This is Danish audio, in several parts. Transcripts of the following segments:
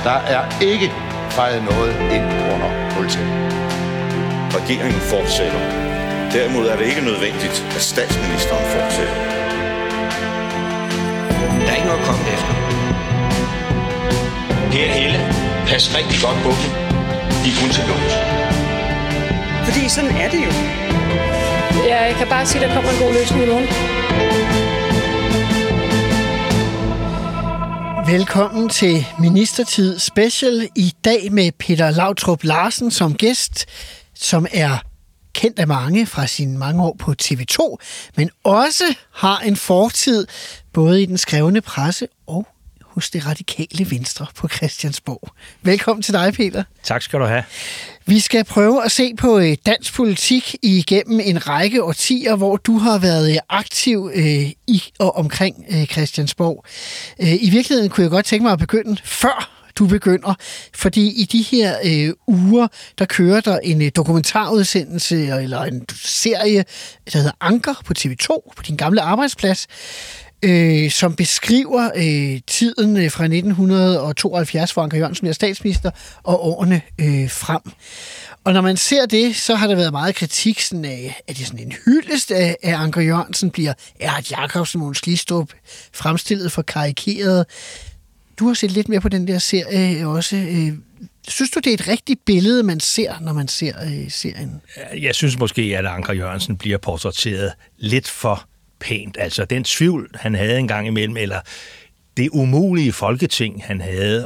Der er ikke fejret noget ind under politiet. Regeringen fortsætter. Derimod er det ikke nødvendigt, at statsministeren fortsætter. Der er ikke noget at komme efter. Per Helle, pas rigtig godt på dem. De er kun til lås. Fordi sådan er det jo. Jeg kan bare sige, at der kommer en god løsning i morgen. Velkommen til Ministertid Special. I dag med Peter Lautrup Larsen som gæst, som er kendt af mange fra sine mange år på TV2, men også har en fortid både i den skrevne presse og hos det radikale Venstre på Christiansborg. Velkommen til dig, Peter. Tak skal du have. Vi skal prøve at se på dansk politik igennem en række årtier, hvor du har været aktiv i og omkring Christiansborg. I virkeligheden kunne jeg godt tænke mig at begynde før du begynder, fordi i de her uger, der kører der en dokumentarudsendelse eller en serie, der hedder Anker på TV2, på din gamle arbejdsplads, som beskriver tiden fra 1972, hvor Anker Jørgensen bliver statsminister, og årene frem. Og når man ser det, så har der været meget kritik sådan af, at det er sådan en hyldest af Anker Jørgensen, bliver Erhard Jacobsen, Mogens Glistrup fremstillet for karikeret. Du har set lidt mere på den der serie også. Synes du, det er et rigtigt billede, man ser, når man ser serien? Jeg synes måske, at Anker Jørgensen bliver portrætteret lidt for pænt. Altså den tvivl, han havde en gang imellem, eller det umulige folketing, han havde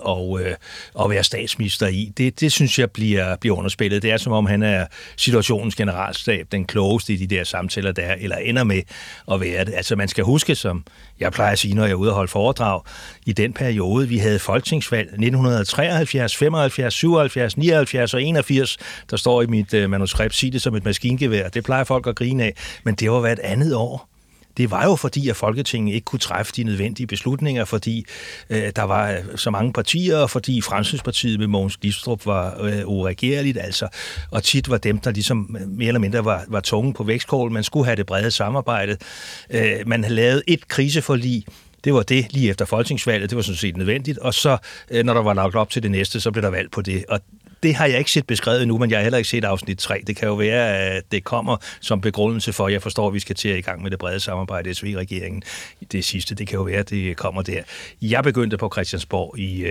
at være statsminister i, det synes jeg bliver underspillet. Det er som om, han er situationens generalstab, den klogeste i de der samtaler, der eller ender med at være det. Altså man skal huske, som jeg plejer at sige, når jeg er ude og holde foredrag, i den periode, vi havde folketingsvalg 1973, 75, 77, 79 og 81, der står i mit manuskript, sig det som et maskingevær. Det plejer folk at grine af, men det var hvert andet år. Det var jo fordi, at Folketinget ikke kunne træffe de nødvendige beslutninger, fordi der var så mange partier, og fordi Fremskridtspartiet med Mogens Glistrup var uregerligt, altså. Og tit var dem, der ligesom mere eller mindre var tunge på vægtskål. Man skulle have det brede samarbejde. Man havde lavet et kriseforlig. Det var det lige efter folketingsvalget. Det var sådan set nødvendigt. Og så, når der var lagt op til det næste, så blev der valg på det. Og det har jeg ikke set beskrevet endnu, men jeg har heller ikke set afsnit 3. Det kan jo være, at det kommer som begrundelse for, at jeg forstår, at vi skal til i gang med det brede samarbejde i SV-regeringen. Det sidste, det kan jo være, at det kommer der. Jeg begyndte på Christiansborg i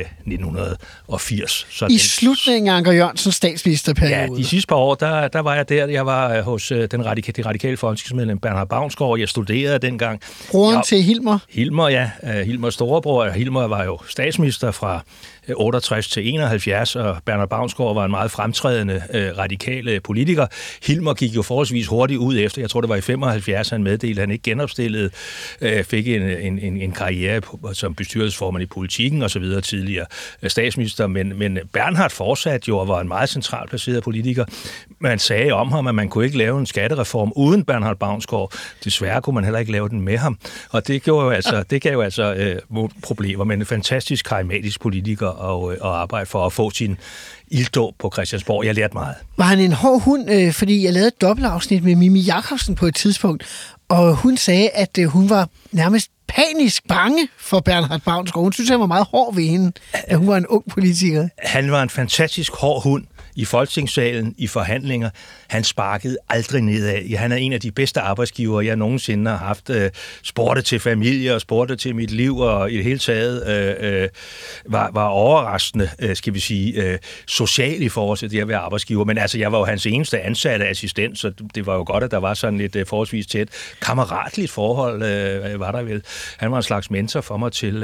1980. Så slutningen af Anker Jørgensens statsministerperiode? Ja, de sidste par år, der var jeg der. Jeg var hos det radikale folketingsmedlem Bernhard Baunsgaard. Jeg studerede dengang. Broren til Hilmer? Hilmer, ja. Hilmers storebror. Hilmer var jo statsminister fra 68 til 71, og Bernhard Baunsgaard var en meget fremtrædende radikale politiker. Hilmer gik jo forholdsvis hurtigt ud efter, jeg tror det var i 75, han meddelte, han ikke genopstillede, fik en karriere som bestyrelsesformand i politikken og så videre tidligere statsminister, men Bernhard fortsatte jo og var en meget centralt placeret politiker. Man sagde om ham, at man kunne ikke lave en skattereform uden Bernhard Baunsgaard. Desværre kunne man heller ikke lave den med ham, og det gav jo altså problemer, men en fantastisk karismatisk politiker og arbejde for at få sin ilddåb på Christiansborg. Jeg lærte meget. Var han en hård hund, fordi jeg lavede et dobbeltafsnit med Mimi Jakobsen på et tidspunkt, og hun sagde, at hun var nærmest panisk bange for Bernhard Baunsgaard. Hun synes, han var meget hård ved hende, at hun var en ung politiker. Han var en fantastisk hård hund i Folketingssalen, i forhandlinger. Han sparkede aldrig nedad. Han er en af de bedste arbejdsgivere, jeg nogensinde har haft. Sportet til familie og sportet til mit liv, og i det hele taget var overraskende, skal vi sige, social i forhold til det at være arbejdsgiver. Men altså, jeg var jo hans eneste ansatte assistent, så det var jo godt, at der var sådan et forholdsvis tæt kammeratligt forhold, var der vel. Han var en slags mentor for mig til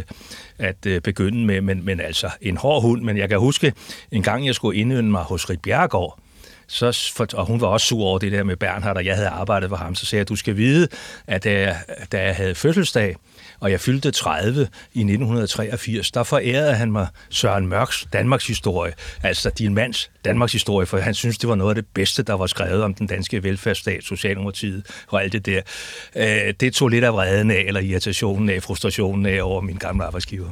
at begynde med, men altså en hård hund. Men jeg kan huske, en gang jeg skulle indønde mig hos Ritt Bjerregaard, og hun var også sur over det der med Bernhard, og jeg havde arbejdet for ham, så sagde jeg, du skal vide, at da jeg havde fødselsdag, og jeg fyldte 30 i 1983, der forærede han mig Søren Mørks Danmarks historie, altså din mands Danmarks historie, for han synes, det var noget af det bedste, der var skrevet om den danske velfærdsstat, Socialdemokratiet og alt det der. Det tog lidt af vreden af, eller irritationen af, frustrationen af over min gamle arbejdsgiver.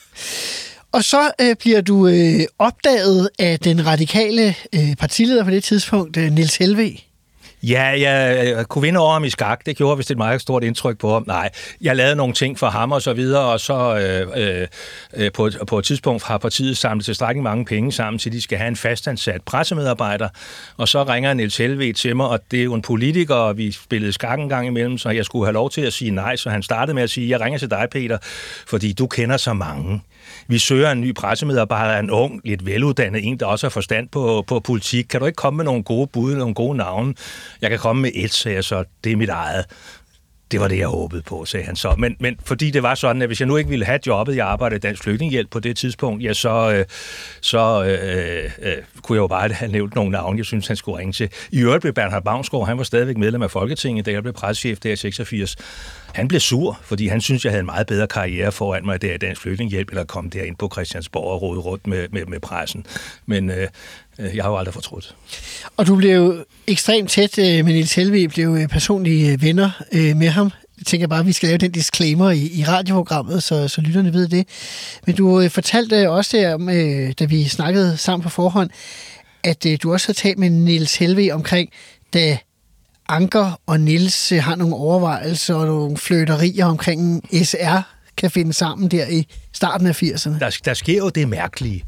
Og så bliver du opdaget af den radikale partileder på det tidspunkt, Niels Helveg. Ja, jeg kunne vinde over ham i skak. Det gjorde vist et meget stort indtryk på ham. Nej, jeg lavede nogle ting for ham og så videre, og så på et tidspunkt har partiet samlet tilstrækkeligt mange penge sammen, til de skal have en fastansat pressemedarbejder. Og så ringer Niels Helveg til mig, og det er jo en politiker, og vi spillede skak en gang imellem, så jeg skulle have lov til at sige nej. Så han startede med at sige, jeg ringer til dig, Peter, fordi du kender så mange. Vi søger en ny pressemedarbejder, en ung, lidt veluddannet, en, der også har forstand på politik. Kan du ikke komme med nogle gode bud, nogle gode navne? Jeg kan komme med et, sagde jeg så. Det er mit eget. Det var det, jeg håbede på, sagde han så. Men fordi det var sådan, at hvis jeg nu ikke ville have jobbet, jeg arbejdede i Dansk Flygtningehjælp på det tidspunkt, ja, så kunne jeg jo bare have nævnt nogle navne, jeg synes, han skulle ringe til. I øvrigt blev Bernhard Baunsgaard, han var stadigvæk medlem af Folketinget, da jeg blev presschef der i 86. Han blev sur, fordi han synes, jeg havde en meget bedre karriere foran mig der i Dansk Flygtningehjælp, eller komme derind på Christiansborg og rode rundt med pressen. Men jeg har jo aldrig fortrudt. Og du blev jo ekstremt tæt med Niels Helveg, blev personlige venner med ham. Jeg tænker bare, at vi skal lave den disclaimer i radioprogrammet, så lytterne ved det. Men du fortalte også der, da vi snakkede sammen på forhånd, at du også har talt med Niels Helveg omkring, da Anker og Niels har nogle overvejelser og nogle flirterier omkring SR kan finde sammen der i starten af 80'erne. Der sker jo det mærkelige.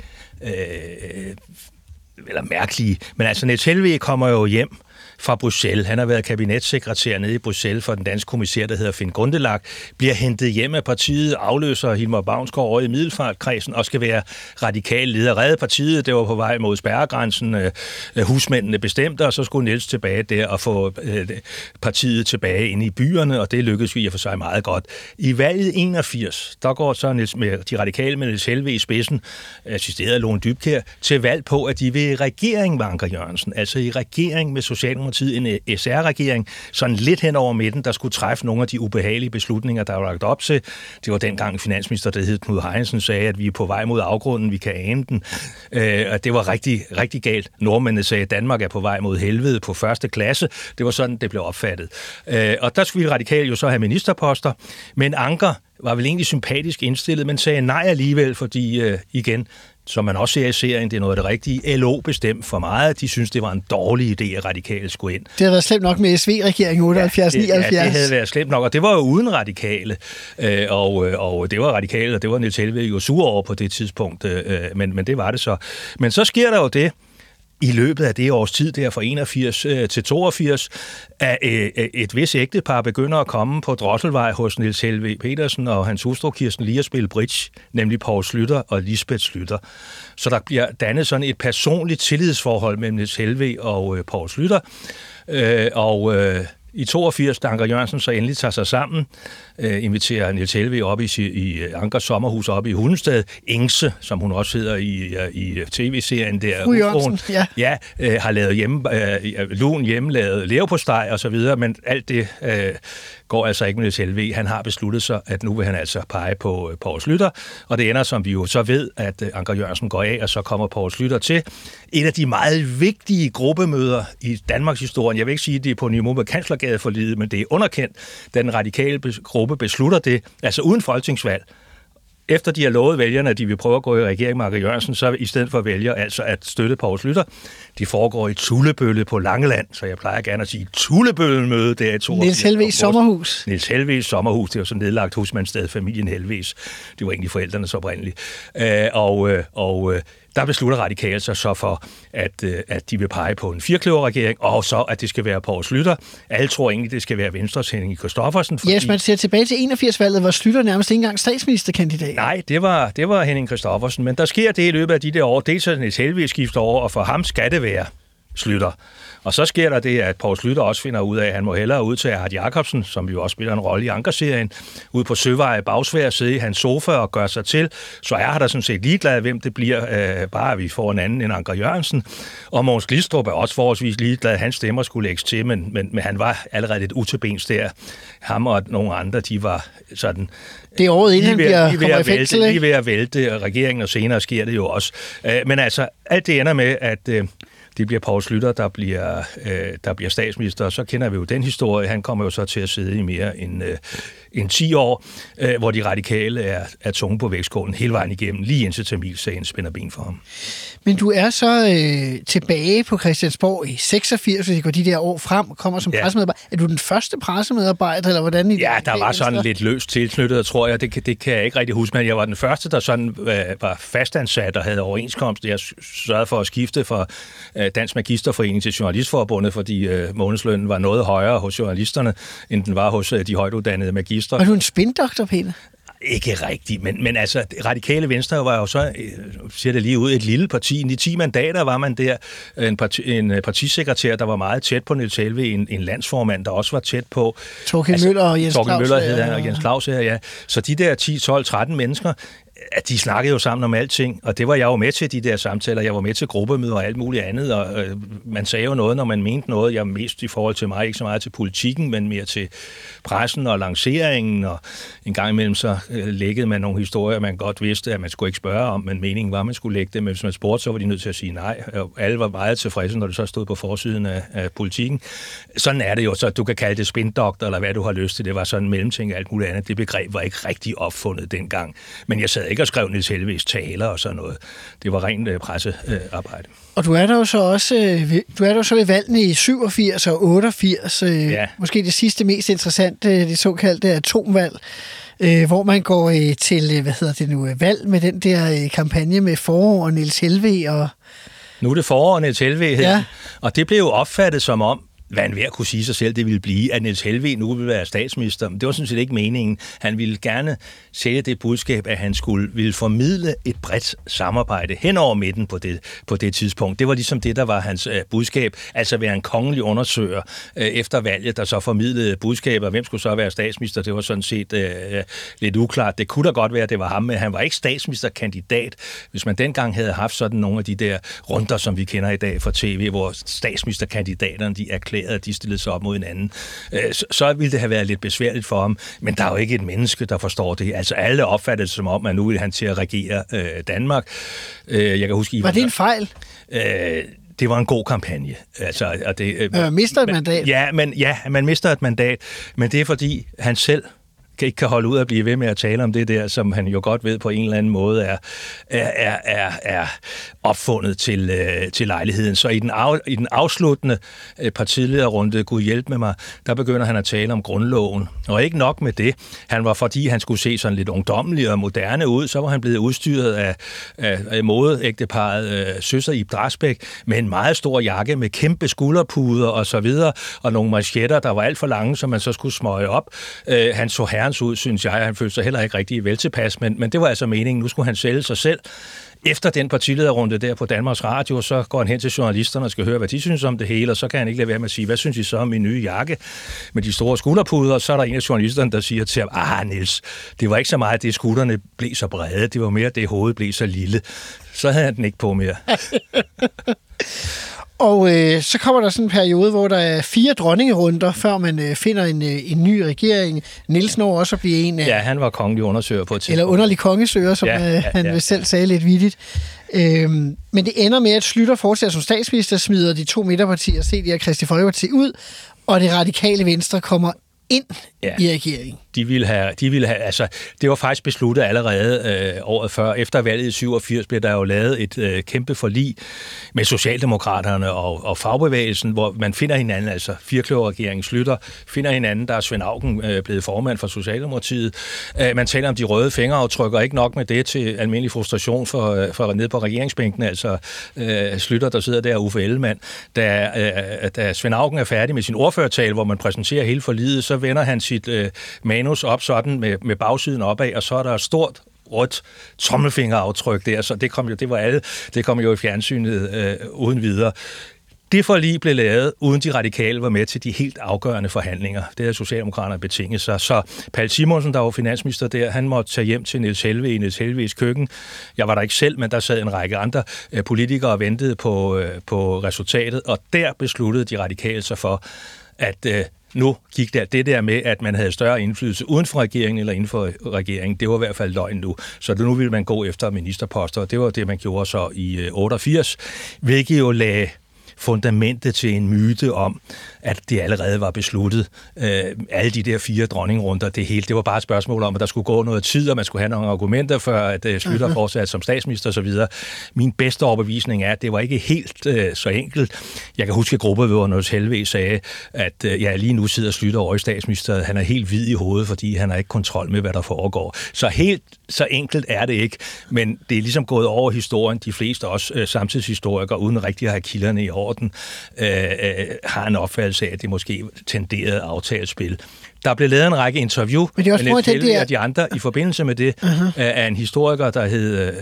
Men altså Niels Helveg kommer jo hjem fra Bruxelles. Han har været kabinetssekretær nede i Bruxelles for den danske kommissær, der hedder Finn Gundelag, bliver hentet hjem af partiet, afløser Hilmar Baunsgaard over i Middelfartkredsen og skal være radikal leder. Redde partiet, det var på vej mod spærregrænsen, husmændene bestemte, og så skulle Niels tilbage der og få partiet tilbage ind i byerne, og det lykkedes i og for sig meget godt. I valget 81, der går så Niels, med de radikale med Niels Helveg i spidsen, assisteret af Lone Dybkjær, til valg på, at de vil i regering med Anker Jørgensen, altså i regering med Socialdemokratiet, en SR-regering, sådan lidt hen over midten, der skulle træffe nogle af de ubehagelige beslutninger, der var lagt op til. Det var dengang finansminister, der hed Knud Heinsen, sagde, at vi er på vej mod afgrunden, vi kan ane den. Og det var rigtig, rigtig galt. Nordmændene sagde, at Danmark er på vej mod helvede på første klasse. Det var sådan, det blev opfattet. Og der skulle vi radikale jo så have ministerposter, men Anker var vel egentlig sympatisk indstillet, men sagde nej alligevel, fordi igen, som man også ser i serien, det er noget af det rigtige. LO bestemt for meget. De synes, det var en dårlig idé, at radikale skulle ind. Det havde været slemt nok med SV-regeringen 78-79. Ja, det havde været slemt nok, og det var jo uden radikale. Og det var radikale, og det var Niels Helveg jo sur over på det tidspunkt. Men det var det så. Men så sker der jo det, i løbet af det års tid der fra 81 til 82, at et vis ægtepar begynder at komme på Drosselvej hos Niels Helveg Petersen og hans hustru Kirsten Lie at spille bridge, nemlig Poul Schlüter og Lisbeth Schlüter. Så der bliver dannet sådan et personligt tillidsforhold mellem Niels Helveg og Poul Schlüter. I 82, da Anker Jørgensen så endelig tager sig sammen, inviterer Niels Helveg op i Ankers sommerhus oppe i Hundested. Ingse, som hun også hedder i tv-serien der. Fru Jørgensen, ja. Har lavet lun hjemmelavet leverpostej og så videre, men alt det går altså ikke med Niels Helveg. Han har besluttet sig, at nu vil han altså pege på Poul Schlüter, og det ender, som vi jo så ved, at Anker Jørgensen går af, og så kommer Poul Schlüter til. Et af de meget vigtige gruppemøder i Danmarks historie. Jeg vil ikke sige, at det er på niveau med Kanslergadeforliget, men det er underkendt, da den radikale gruppe beslutter det, altså uden folketingsvalg. Efter de har lovet vælgerne, at de vil prøve at gå i regering med Anker Jørgensen, så i stedet for vælger altså at støtte Poul Schlüter. De foregår i Tullebølle på Langeland, så jeg plejer gerne at sige Tullebølle-møde der i 82. Niels Helvegs sommerhus. Niels Helvegs sommerhus, det var så nedlagt husmandssted, familien Helvegs. Det var egentlig forældrenes oprindeligt. Der beslutter radikale sig så for, at de vil pege på en firkløverregering, og så, at det skal være Poul Schlüter. Alle tror egentlig, det skal være Venstres Henning Christoffersen. Fordi... Yes, man ser tilbage til 81-valget, hvor Schlüter nærmest ikke engang statsministerkandidat. Nej, det var Henning Christoffersen, men der sker det i løbet af de der år. Dels at Niels Helveg skifter over, og for ham skal det være Schlüter. Og så sker der det, at Poul Schlüter også finder ud af, at han må hellere ud til Erhard Jacobsen, som jo også spiller en rolle i Anker-serien, ude på Søvej i Bagsvær, sidde i hans sofa og gøre sig til. Så er der sådan set ligeglad, hvem det bliver, bare at vi får en anden end Anker Jørgensen. Og Mogens Glistrup er også forholdsvis ligeglad. Hans stemmer skulle lægges til, men han var allerede lidt utilbens der. Ham og nogle andre, de var sådan... Det er året inden han kommer i fængsel, lige ved at vælte regeringen, og senere sker det jo også. Men altså, alt det ender med, at Det bliver Poul Schlüter, der bliver statsminister, og så kender vi jo den historie. Han kommer jo så til at sidde i mere end 10 år, hvor de radikale er tunge på vægtskålen hele vejen igennem, lige indtil Tamilsagen spænder ben for ham. Men du er så tilbage på Christiansborg i 86, hvis det går de der år frem, og kommer som pressemedarbejder. Er du den første pressemedarbejder, eller hvordan? Ja, der var sådan lidt løst tilknyttet, tror jeg. Det kan jeg ikke rigtig huske, men jeg var den første, der sådan var fastansat og havde overenskomst. Jeg sørgede for at skifte fra Dansk Magisterforening til Journalistforbundet, fordi månedslønnen var noget højere hos journalisterne, end den var hos de højtuddannede magister. Var du en spindoktor, Peter? Ikke rigtigt, men altså, Radikale Venstre var jo så, siger det lige ud, et lille parti. I 10 mandater var man der, en partisekretær, der var meget tæt på Niels Helveg, en landsformand, der også var tæt på... Thorkild Møller og Jens Claus. Thorkild Møller hed han, og Jens Claus her, ja. Så de der 10, 12, 13 mennesker, at de snakkede jo sammen om alting, og det var jeg jo med til, de der samtaler. Jeg var med til gruppemøder og alt muligt andet, og man sagde jo noget, når man mente noget. Jeg mest i forhold til mig, ikke så meget til politikken, men mere til pressen og lanceringen, og en gang imellem så læggede man nogle historier, man godt vidste, at man skulle ikke spørge om, men meningen var, at man skulle lægge det, men hvis man spurgte, så var de nødt til at sige nej. Alle var meget tilfredse, når det så stod på forsiden af politikken. Sådan er det jo, så du kan kalde det spindoktor, eller hvad du har lyst til. Det var sådan en mellemting og alt muligt andet. Det begreb var ikke rigtig opfundet dengang, men jeg sad ikke og skrev Niels Helvegs taler og sådan noget. Det var rent pressearbejde. Og du er der jo så også ved valgene i 87 og 88. Måske det sidste mest interessante, det såkaldte atomvalg, hvor man går til, valg med den der kampagne med Forår og Niels Helveg. Og... Nu er det Forår og Niels Helveg, og det blev jo opfattet som om, hvad enhver kunne sige sig selv, det ville blive, at Niels Helveg nu ville være statsminister. Men det var sådan set ikke meningen. Han ville gerne sælge det budskab, at han ville formidle et bredt samarbejde hen over midten på det tidspunkt. Det var ligesom det, der var hans budskab. Altså være en kongelig undersøger efter valget, der så formidlede budskaber. Hvem skulle så være statsminister? Det var sådan set lidt uklart. Det kunne da godt være, at det var ham, men han var ikke statsministerkandidat. Hvis man dengang havde haft sådan nogle af de der runder, som vi kender i dag fra TV, hvor statsministerkandidaterne, de erklærede, at de stillede sig op mod hinanden, så ville det have været lidt besværligt for ham. Men der er jo ikke et menneske, der forstår det. Altså alle opfattede det som om, at nu vil han til at regere Danmark. Jeg kan huske, var det en fejl? Det var en god kampagne. Altså, man mister et mandat? Ja, man mister et mandat, men det er fordi, han selv ikke kan holde ud at blive ved med at tale om det der, som han jo godt ved på en eller anden måde er opfundet til lejligheden. Så i den afsluttende partilederrunde, Gud hjælp med mig, der begynder han at tale om grundloven. Og ikke nok med det. Fordi han skulle se sådan lidt ungdommelig og moderne ud, så var han blevet udstyret af modeægteparret Søster Ib Drasbæk med en meget stor jakke med kæmpe skulderpuder og så videre, og nogle manchetter, der var alt for lange, som man så skulle smøge op. Han så herrens ud, synes jeg. Han følte sig heller ikke rigtig vel tilpas, men det var altså meningen. Nu skulle han sælge sig selv. Efter den partilederrunde der på Danmarks Radio, så går han hen til journalisterne og skal høre, hvad de synes om det hele, og så kan han ikke lade være med at sige, hvad synes I så om min nye jakke med de store skulderpuder? Så er der en af journalisterne, der siger til ham, Niels, det var ikke så meget, at det skuldrene blev så brede, det var mere, at det hovedet blev så lille. Så havde han den ikke på mere. Og så kommer der sådan en periode, hvor der er 4 dronningerunder, før man finder en ny regering. Niels når også at blive en af... Ja, han var kongelig undersøger på et tidspunkt. Eller underlig kongesøger, som han selv sagde lidt vittigt. Men det ender med, at Schlüter fortsætter som statsminister, smider de 2 midterpartier, CDU og Kristeligt Folkeparti ud, og det radikale Venstre kommer ind i regeringen. De ville have, altså, det var faktisk besluttet allerede året før. Efter valget i 87 blev der jo lavet et kæmpe forlig med Socialdemokraterne og fagbevægelsen, hvor man finder hinanden, altså firkløverregeringen Schlüter, finder hinanden, der er Svend Auken blevet formand for Socialdemokratiet. Man taler om de røde fingeraftryk, og ikke nok med det til almindelig frustration for nede på regeringsbænken, altså Schlüter, der sidder der, Uffe Ellemann. Da Svend Auken er færdig med sin ordførertale, hvor man præsenterer hele forliget, så vender han sit manus op sådan med bagsiden opad, og så er der et stort rødt tommelfingeraftryk der, så det kom jo i fjernsynet uden videre. Det forlig blev lavet, uden de radikale var med til de helt afgørende forhandlinger. Det havde Socialdemokraterne betinget sig. Så Paul Simonsen, der var finansminister der, han måtte tage hjem til Niels Helveg i Niels Helvegs køkken. Jeg var der ikke selv, men der sad en række andre politikere og ventede på resultatet, og der besluttede de radikale sig for, at nu gik det der med, at man havde større indflydelse uden for regeringen eller inden for regeringen. Det var i hvert fald løgn nu. Så nu ville man gå efter ministerposter, og det var det, man gjorde så i 88, hvilket jo lagde fundamentet til en myte om, at det allerede var besluttet. Alle de der 4 dronningrunder, det var bare et spørgsmål om, at der skulle gå noget tid, og man skulle have nogle argumenter for, at Schlüter fortsat som statsminister osv. Min bedste overbevisning er, at det var ikke helt så enkelt. Jeg kan huske, at gruppeøver Niels Helveg sagde, at lige nu sidder Schlüter over i statsministeriet. Han er helt hvid i hovedet, fordi han har ikke kontrol med, hvad der foregår. Så helt så enkelt er det ikke, men det er ligesom gået over historien. De fleste også samtidshistorikere, uden rigtig at have kilderne i orden, har en opfattelse af, at det måske tenderede aftalespil. Der blev lavet en række interview med Niels Helveg og de andre i forbindelse med det af en historiker, der hed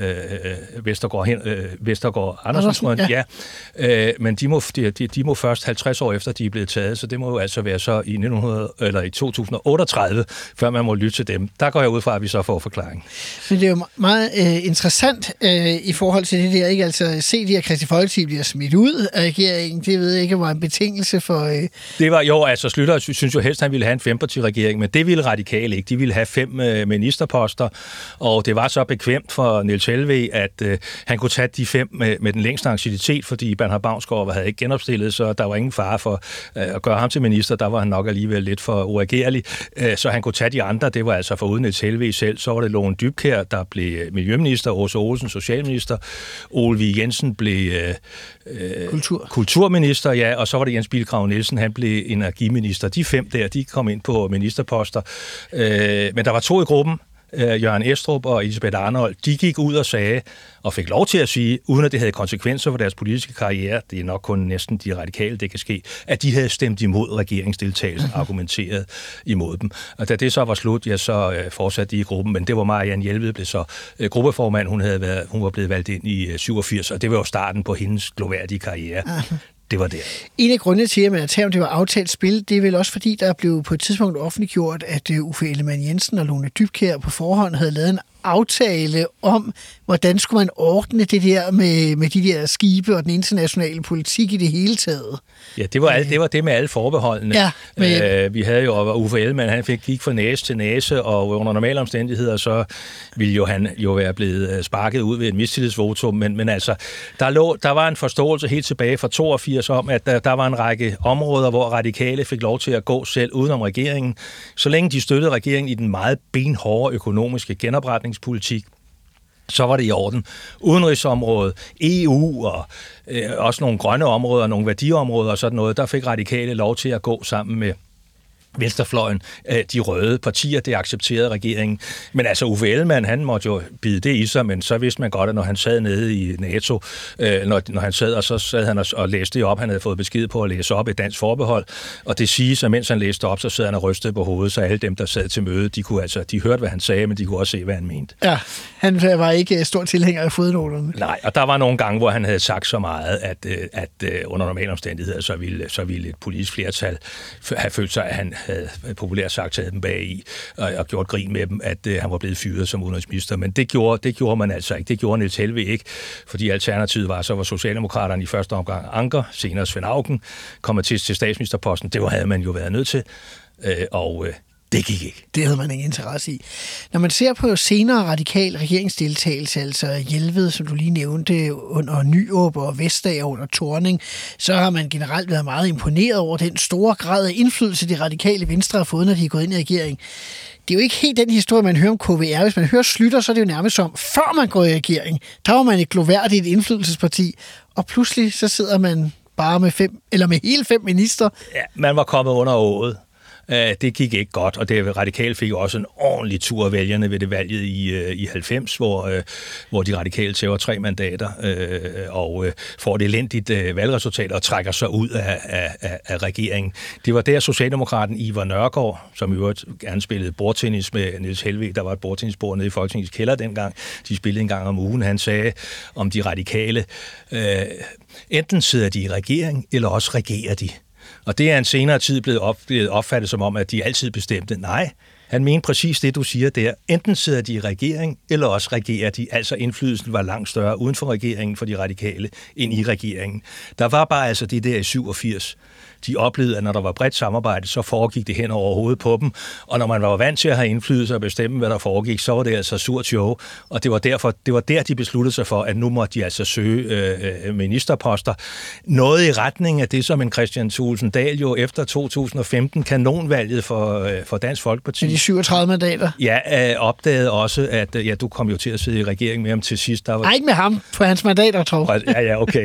Vestergaard Andersen. Ja. Men de må først 50 år efter, de er blevet taget, så det må jo altså være så i 2038, før man må lytte til dem. Der går jeg ud fra, at vi så får forklaring. Men det er jo meget interessant i forhold til det der, ikke? Altså se de her Kristi Folkeparti bliver smidt ud af regeringen, det ved jeg ikke, var en betingelse for... Det var jo, altså Schlüter synes jo helst, han ville have en regering, men det ville Radikale ikke. De ville have 5 ministerposter, og det var så bekvemt for Niels Helveg, at han kunne tage de 5 med den længste anciennitet, fordi Bernhard Baunsgaard havde ikke genopstillet, så der var ingen fare for at gøre ham til minister. Der var han nok alligevel lidt for uregerlig, så han kunne tage de andre. Det var altså foruden Niels Helveg selv. Så var det Lone Dybkjær, der blev miljøminister, Åse Olsen socialminister, Ole Vig Jensen blev kulturminister, ja, og så var det Jens Bilgrav Nielsen, han blev energiminister. De 5 der, de kom ind på ministerposter. Men der var 2 i gruppen, Jørgen Estrup og Elisabeth Arnold. De gik ud og sagde, og fik lov til at sige, uden at det havde konsekvenser for deres politiske karriere, det er nok kun næsten de radikale, det kan ske, at de havde stemt imod regeringsdeltagelsen, argumenteret imod dem. Og da det så var slut, ja, så fortsatte de i gruppen, men det var Marianne Jelved, blev så gruppeformand. Hun var blevet valgt ind i 87, og det var jo starten på hendes gloværdige karriere. Det var det. En af grundene til, at man har taget, om det var aftalt spil, det er vel også fordi, der blev på et tidspunkt offentliggjort, at Uffe Ellemann-Jensen og Lone Dybkjær på forhånd havde lavet en aftale om, hvordan skulle man ordne det der med de der skibe og den internationale politik i det hele taget. Ja, det var det med alle forbeholdene. Ja, vi havde jo Uffe Ellemann, han gik fra næse til næse, og under normale omstændigheder, så ville han jo være blevet sparket ud ved et mistillidsvotum, men altså, der var en forståelse helt tilbage fra 82 om, at der var en række områder, hvor radikale fik lov til at gå selv udenom regeringen, så længe de støttede regeringen i den meget benhårde økonomiske genopretningspolitik, så var det i orden. Udenrigsområdet, EU og også nogle grønne områder, nogle værdiområder og sådan noget, der fik radikale lov til at gå sammen med venstrefløjen, de røde partier, det accepterede regeringen. Men altså Uffe Ellemann, han måtte jo bide det i sig, men så vidste man godt, at når han sad nede i NATO, når han sad, og så sad han og læste det op, han havde fået besked på at læse op et dansk forbehold, og det siges, at mens han læste op, så sad han og rystede på hovedet, så alle dem, der sad til møde, de hørte, hvad han sagde, men de kunne også se, hvad han mente. Ja, han var ikke stor tilhænger af fodnoterne. Nej, og der var nogle gange, hvor han havde sagt så meget, at under normale omstændigheder, så ville et politisk flertal have følt sig, at han havde populært sagt taget dem bag i og gjort grin med dem, at han var blevet fyret som udenrigsminister. Men det gjorde man altså ikke. Det gjorde Niels Helveg ikke, fordi alternativet var Socialdemokraterne i første omgang Anker, senere Svend Auken, kommer til statsministerposten. Det havde man jo været nødt til, og det gik ikke. Det havde man ingen interesse i. Når man ser på senere radikal regeringsdeltagelse, altså Jelved, som du lige nævnte, under Nyrup og Vestager under Thorning, så har man generelt været meget imponeret over den store grad af indflydelse, de radikale venstre har fået, når de er gået ind i regering. Det er jo ikke helt den historie, man hører om KVR. Hvis man hører Schlüter, så er det jo nærmest som, før man går i regering, der var man et gloværdigt indflydelsesparti, og pludselig så sidder man bare med hele 5 minister. Ja, man var kommet under året. Det gik ikke godt, og det radikale fik også en ordentlig tur af vælgerne ved det valget i 90, hvor de radikale tæver 3 mandater og får et elendigt valgresultat og trækker sig ud af regeringen. Det var der Socialdemokraten Ivar Nørgaard, som i øvrigt gerne spillede bordtennis med Niels Helveg, der var et bordtennisbord nede i Folketingets kælder dengang. De spillede en gang om ugen. Han sagde om de radikale, enten sidder de i regering, eller også regerer de. Og det er en senere tid blevet opfattet som om, at de altid bestemte. Nej, han mente præcis det, du siger der. Enten sidder de i regering, eller også regerer de. Altså indflydelsen var langt større uden for regeringen for de radikale, end i regeringen. Der var bare altså det der i 87. de oplevede, at når der var bredt samarbejde, så foregik det hen over hovedet på dem, og når man var vant til at have indflydelse og bestemme, hvad der foregik, så var det altså surt show, og det var der, de besluttede sig for, at nu måtte de altså søge ministerposter. Noget i retning af det, som en Kristian Thulesen Dahl jo efter 2015 kanonvalget for Dansk Folkeparti. De 37 mandater. Ja, opdagede også, at du kom jo til at sidde i regering med ham til sidst. Der var... Ej, ikke med ham, på hans mandater, tror jeg. Ja, okay.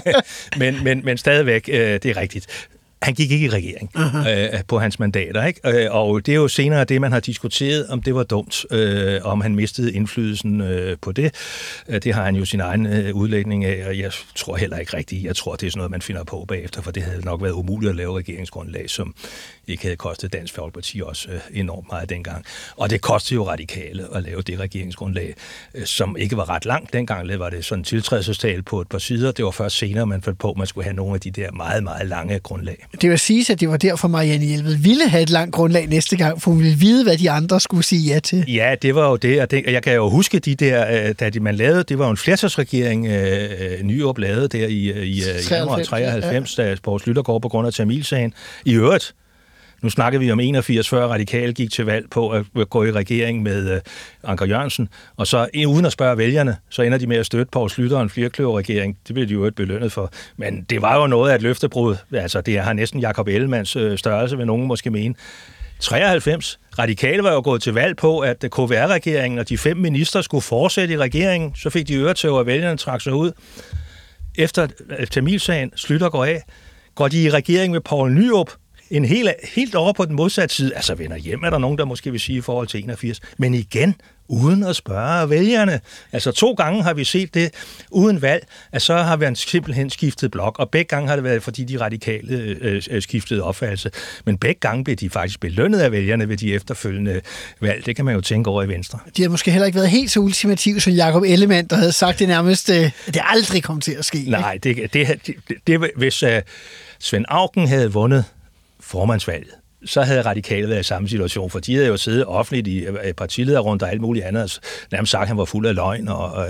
men stadigvæk, det er rigtigt. Han gik ikke i regering på hans mandater, ikke? Og det er jo senere det, man har diskuteret, om det var dumt, om han mistede indflydelsen på det. Det har han jo sin egen udlægning af, og jeg tror heller ikke rigtigt. Jeg tror, det er sådan noget, man finder på bagefter, for det havde nok været umuligt at lave regeringsgrundlag, som ikke havde kostet Dansk Folkeparti også enormt meget dengang. Og det kostede jo Radikale at lave det regeringsgrundlag, som ikke var ret langt. Dengang var det sådan en tiltrædelsestale på et par sider. Det var først senere, man fandt på, at man skulle have nogle af de der meget, meget lange grundlag. Det vil sige, at det var derfor, Marianne Jelved ville have et langt grundlag næste gang, for hun ville vide, hvad de andre skulle sige ja til. Ja, det var jo det, og jeg kan jo huske de der, da man lavede, det var jo en flertalsregering, Nyrup lavede der i januar 93, da Poul Schlüter går på grund af Tamilsagen. I øvrigt, nu snakker vi om 81, før Radikale gik til valg på at gå i regering med Anker Jørgensen, og så uden at spørge vælgerne, så ender de med at støtte Poul Schlüter og en flerkløverregering. Det blev de jo belønnet for. Men det var jo noget af et løftebrud. Altså, det har næsten Jakob Ellemanns størrelse, vil nogen måske mene. 93. Radikale var jo gået til valg på, at KVR-regeringen og de 5 minister skulle fortsætte i regeringen. Så fik de øretøv, og vælgerne trak sig ud. Efter Tamilsagen, Schlüter går af, går de i regering med Poul Nyrup, helt over på den modsatte side. Altså vender hjem, er der nogen, der måske vil sige i forhold til 81. Men igen, uden at spørge vælgerne. Altså 2 gange har vi set det uden valg, at så har vi simpelthen skiftet blok, og begge gange har det været, fordi de radikale skiftede opfattelse. Men begge gange blev de faktisk belønnet af vælgerne ved de efterfølgende valg. Det kan man jo tænke over i Venstre. De har måske heller ikke været helt så ultimative som Jakob Ellemann, der havde sagt det nærmest, det aldrig kom til at ske. Nej, det hvis Svend Auken havde vundet formandsvalget, så havde Radikale været i samme situation, for de havde jo siddet offentligt i partilederrunder og alt muligt andet, og nærmest sagt, at han var fuld af løgn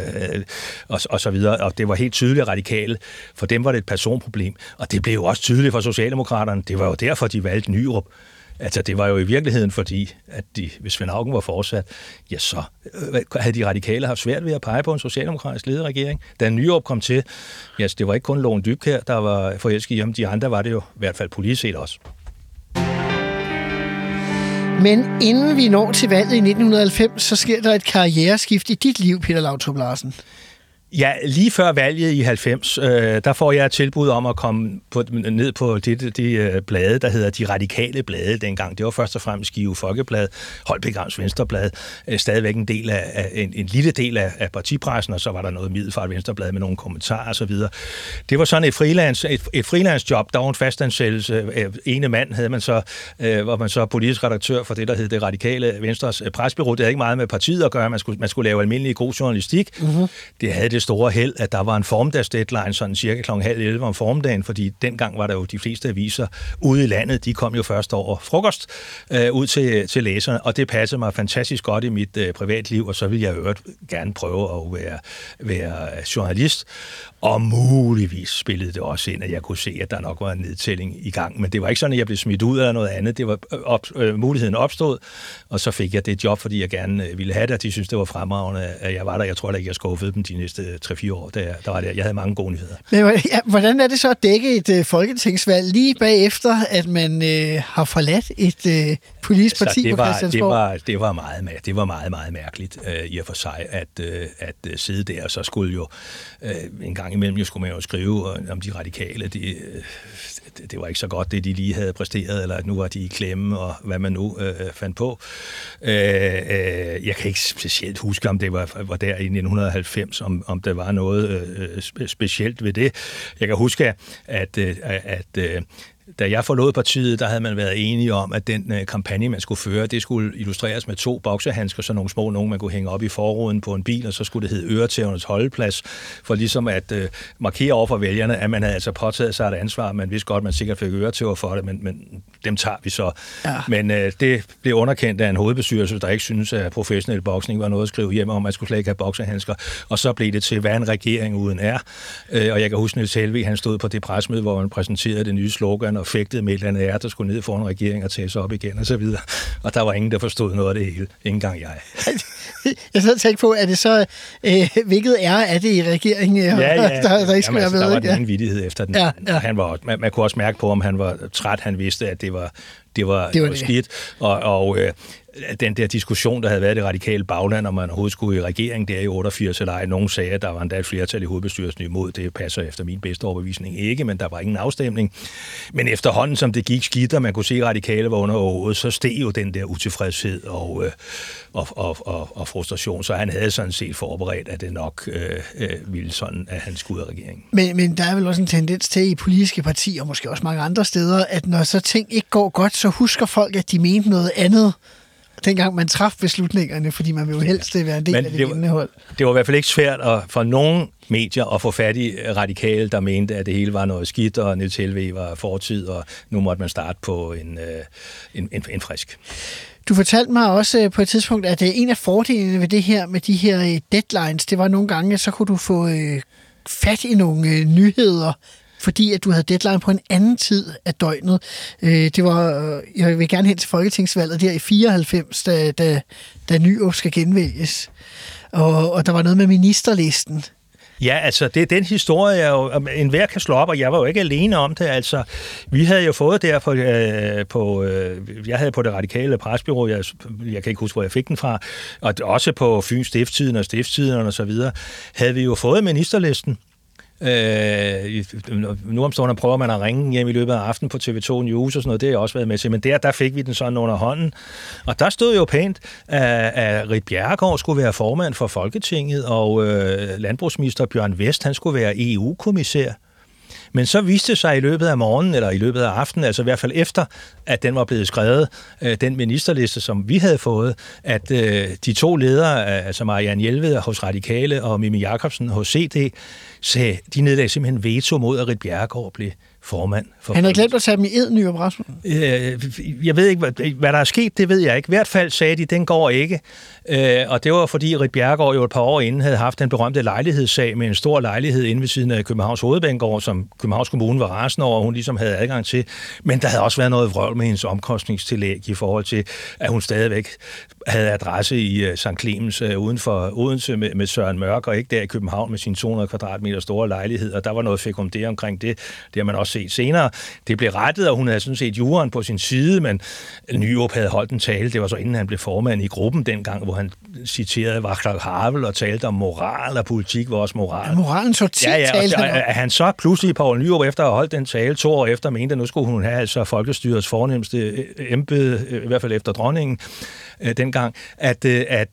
og så videre, og det var helt tydeligt Radikale. For dem var det et personproblem, og det blev jo også tydeligt for Socialdemokraterne. Det var jo derfor, de valgte Nyrup. Altså, det var jo i virkeligheden fordi, at hvis Svend Auken var fortsat, ja, så havde de Radikale haft svært ved at pege på en socialdemokratisk ledet regering. Da Nyrup kom til, ja, det var ikke kun Lone Dybkjær, der var forelsket i ham, de andre var det jo i hvert fald politisk set også. Men inden vi når til valget i 1990, så sker der et karriereskift i dit liv, Peter Lautrup Larsen. Ja, lige før valget i 90, der får jeg et tilbud om at komme ned på det blade, der hedder De Radikale Blade dengang. Det var først og fremmest Skive Folkeblad, Holbæk Amts Venstreblad, stadigvæk en lille del af partipressen, og så var der noget Middelfart Venstreblad med nogle kommentarer og så videre. Det var sådan et freelance job, der var en fastansættelse. Ene mand havde man så, var man så politisk redaktør for det, der hed Det Radikale Venstres presbureau. Det havde ikke meget med partiet at gøre, man skulle lave almindelig god journalistik. Mm-hmm. Det havde det store held, at der var en formiddagsdeadline, sådan cirka kl. 10:30 om formiddagen, fordi dengang var der jo de fleste aviser ude i landet, de kom jo først over frokost ud til læserne, og det passede mig fantastisk godt i mit privatliv, og så ville jeg øvrigt gerne prøve at være journalist, og muligvis spillede det også ind, at jeg kunne se, at der nok var en nedtælling i gang, men det var ikke sådan, at jeg blev smidt ud eller noget andet, det var muligheden opstod, og så fik jeg det job, fordi jeg gerne ville have det, og de synes det var fremragende, at jeg var der. Jeg tror da ikke, jeg skuffede dem de næste 3-4 år, der var der. Jeg havde mange gode nyheder. Men hvordan er det så at dække et folketingsvalg lige bagefter, at man har forladt et politisk parti på Christiansborg? Det var meget, meget mærkeligt i og for sig, at sidde der, og så skulle jo en gang imellem skulle man jo skrive om de radikale. Det var ikke så godt, det de lige havde præsteret, eller at nu var de i klemme, og hvad man nu fandt på. Jeg kan ikke specielt huske, om det var der i 1990, om der var noget specielt ved det. Jeg kan huske, at da jeg forlod partiet, der havde man været enige om, at den kampagne, man skulle føre, det skulle illustreres med 2 boksehandsker, så nogle små nogen, man kunne hænge op i forruden på en bil, og så skulle det hedde Øretævernes holdeplads, for ligesom at markere over for vælgerne, at man havde altså påtaget sig et ansvar. Man vidste godt, at man sikkert fik øretæver for det, men dem tager vi så. Ja. Men det blev underkendt af en hovedbestyrelse, der ikke synes at professionel boksning var noget at skrive hjem om, man skulle slet ikke have boksehandsker, og så blev det til, hvad en regering uden er. Og jeg kan huske, Niels Helvig, han stod på det pressemøde, hvor man præsenterede det nye slogan historien og fægtede med et eller andet der skulle ned foran regeringen og tage sig op igen og så videre. Og der var ingen, der forstod noget af det hele. Ikke engang jeg. Jeg så tænkte på, er det så, hvilket er det i regeringen, der ikke skal være med? Der var den ingen vittighed efter den. Ja. Han var, man kunne også mærke på, om han var træt. Han vidste, at det var skidt. Og den der diskussion, der havde været i det radikale bagland, om man overhovedet skulle i regering, det er i 88 eller ej. Nogen sagde, at der var endda et flertal i hovedbestyrelsen imod. Det passer efter min bedste overbevisning ikke, men der var ingen afstemning. Men efterhånden, som det gik skidt, og man kunne se, at radikale var under året, så steg jo den der utilfredshed og frustration. Så han havde sådan set forberedt, at det nok ville sådan, at han skulle ud af regeringen. Men der er vel også en tendens til i politiske partier, og måske også mange andre steder, at når så ting ikke går godt, så husker folk, at de mente noget andet, dengang man traf beslutningerne, fordi man vil jo helst være en del af det indehold. Det var i hvert fald ikke svært for nogen medier at få fat i radikale, der mente, at det hele var noget skidt, og Niels Helveg var fortid, og nu måtte man starte på en frisk. Du fortalte mig også på et tidspunkt, at en af fordelene ved det her med de her deadlines, det var nogle gange, så kunne du få fat i nogle nyheder, fordi at du havde deadline på en anden tid af døgnet. Det var, jeg vil gerne hen til folketingsvalget der i 94, da Nyrup skal genvælges. Og der var noget med ministerlisten. Ja, altså, det er den historie, enhver kan slå op, og jeg var jo ikke alene om det. Altså, vi havde jo fået der jeg havde på det radikale presbyrå, jeg kan ikke huske, hvor jeg fik den fra, og også på Fyns Stiftstiden og Stiftstiderne og så videre, havde vi jo fået ministerlisten. Nu om stunden prøver man at ringe hjem i løbet af aftenen på TV2 News og sådan noget, det har jeg også været med til, men der fik vi den sådan under hånden, og der stod jo pænt, at Ritt Bjerregaard skulle være formand for Folketinget, og landbrugsminister Bjørn Westh, han skulle være EU-kommissær. Men så viste det sig i løbet af morgenen, eller i løbet af aftenen, altså i hvert fald efter, at den var blevet skrevet, den ministerliste, som vi havde fået, at de to ledere, altså Marianne Jelved hos Radikale og Mimi Jakobsen hos CD, de nedlagde simpelthen veto mod, at Ritt Bjerregaard blev formand. Han havde glemt at tage dem i ed, Nyrup Rasmussen. Jeg ved ikke, hvad der er sket, det ved jeg ikke. I hvert fald sagde de, den går ikke. Og det var fordi Ritt Bjerregaard jo et par år inden havde haft den berømte lejlighedssag med en stor lejlighed inde ved siden af Københavns Hovedbanegård, som Københavns Kommune var rasende over, og hun ligesom havde adgang til. Men der havde også været noget vrøvl med hendes omkostningstillæg i forhold til, at hun stadigvæk havde adresse i St. Clemens uden for Odense med Søren Mørk, og ikke der i København med sin 200 kvadratmeter store lejlighed. Og der var noget fekumdere omkring det. Det har man også set senere. Det blev rettet, og hun havde sådan set juraen på sin side, men Nyrup havde holdt en tale. Det var så inden han blev formand i gruppen dengang, hvor han citerede Václav Havel og talte om moral og politik var også moral. Ja, moralen så tit talte han om. Han så pludselig, Poul Nyrup, efter at have holdt den tale 2 år efter, mente, at nu skulle hun have altså folkestyrets fornemste embede, i hvert fald efter dronningen dengang, at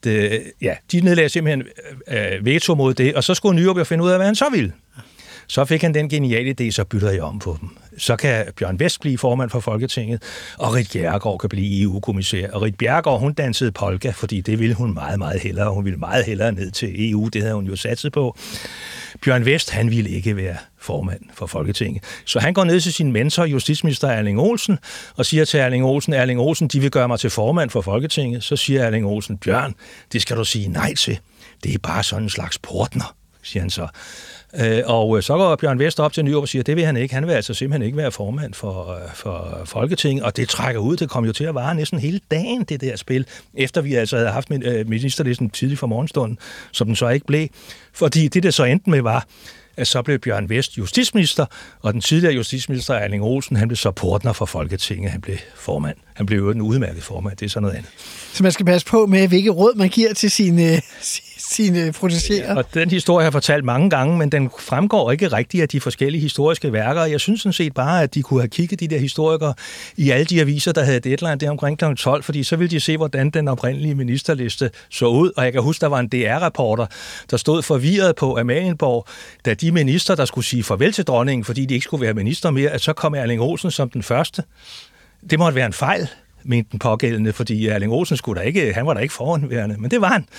de nedlagde simpelthen veto mod det, og så skulle Nyrup jo finde ud af, hvad han så ville. Så fik han den geniale idé, så bytter jeg om på dem. Så kan Bjørn Westh blive formand for Folketinget, og Ritt Bjerregaard kan blive EU-kommissær. Og Ritt Bjerregaard, hun dansede polka, fordi det ville hun meget, meget hellere. Hun ville meget hellere ned til EU, det havde hun jo satset på. Bjørn Westh, han ville ikke være formand for Folketinget. Så han går ned til sin mentor, justitsminister Erling Olsen, og siger til Erling Olsen, de vil gøre mig til formand for Folketinget. Så siger Erling Olsen, Bjørn, det skal du sige nej til. Det er bare sådan en slags portner, siger han så. Og så går Bjørn Westh op til Nyrup og siger, det vil han ikke. Han vil altså simpelthen ikke være formand for Folketinget, og det trækker ud. Det kom jo til at vare næsten hele dagen, det der spil, efter vi altså havde haft ministerlisten tidligt for morgenstunden, som den så ikke blev. Fordi det så endte med var, at så blev Bjørn Westh justitsminister, og den tidligere justitsminister Erling Olsen, han blev så portner for Folketinget. Han blev formand. Han blev jo en udmærket formand. Det er sådan noget andet. Så man skal passe på med, hvilke råd man giver til sine protegerer. Og den historie har jeg fortalt mange gange, men den fremgår ikke rigtigt af de forskellige historiske værker. Jeg synes sådan set bare, at de kunne have kigget de der historikere i alle de aviser, der havde deadline der omkring kl. 12, fordi så ville de se, hvordan den oprindelige ministerliste så ud. Og jeg kan huske, der var en DR-reporter, der stod forvirret på Amalienborg, da de minister, der skulle sige farvel til dronningen, fordi de ikke skulle være minister mere, at så kom Erling Olsen som den første. Det måtte være en fejl, mente den pågældende, fordi Erling Olsen han var da ikke foranværende, men det var han.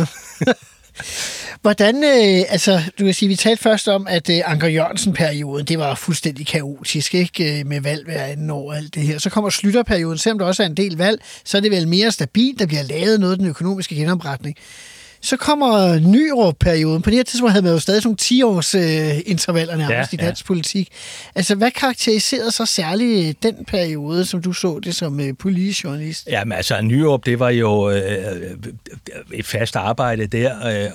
Hvordan, du kan sige, vi talte først om, at Anker Jørgensen-perioden, det var fuldstændig kaotisk, ikke? Med valg hver anden år og alt det her. Så kommer Schlüter-perioden, selvom der også er en del valg, så er det vel mere stabilt, der bliver lavet noget af den økonomiske genopretning. Så kommer Nyrup-perioden. På det her tidspunkt havde man jo stadig sådan 10-års intervaller nærmest i dansk politik. Altså, hvad karakteriserede så særligt den periode, som du så det som politisk journalist? Jamen, altså, Nyrup, det var jo et fast arbejde der,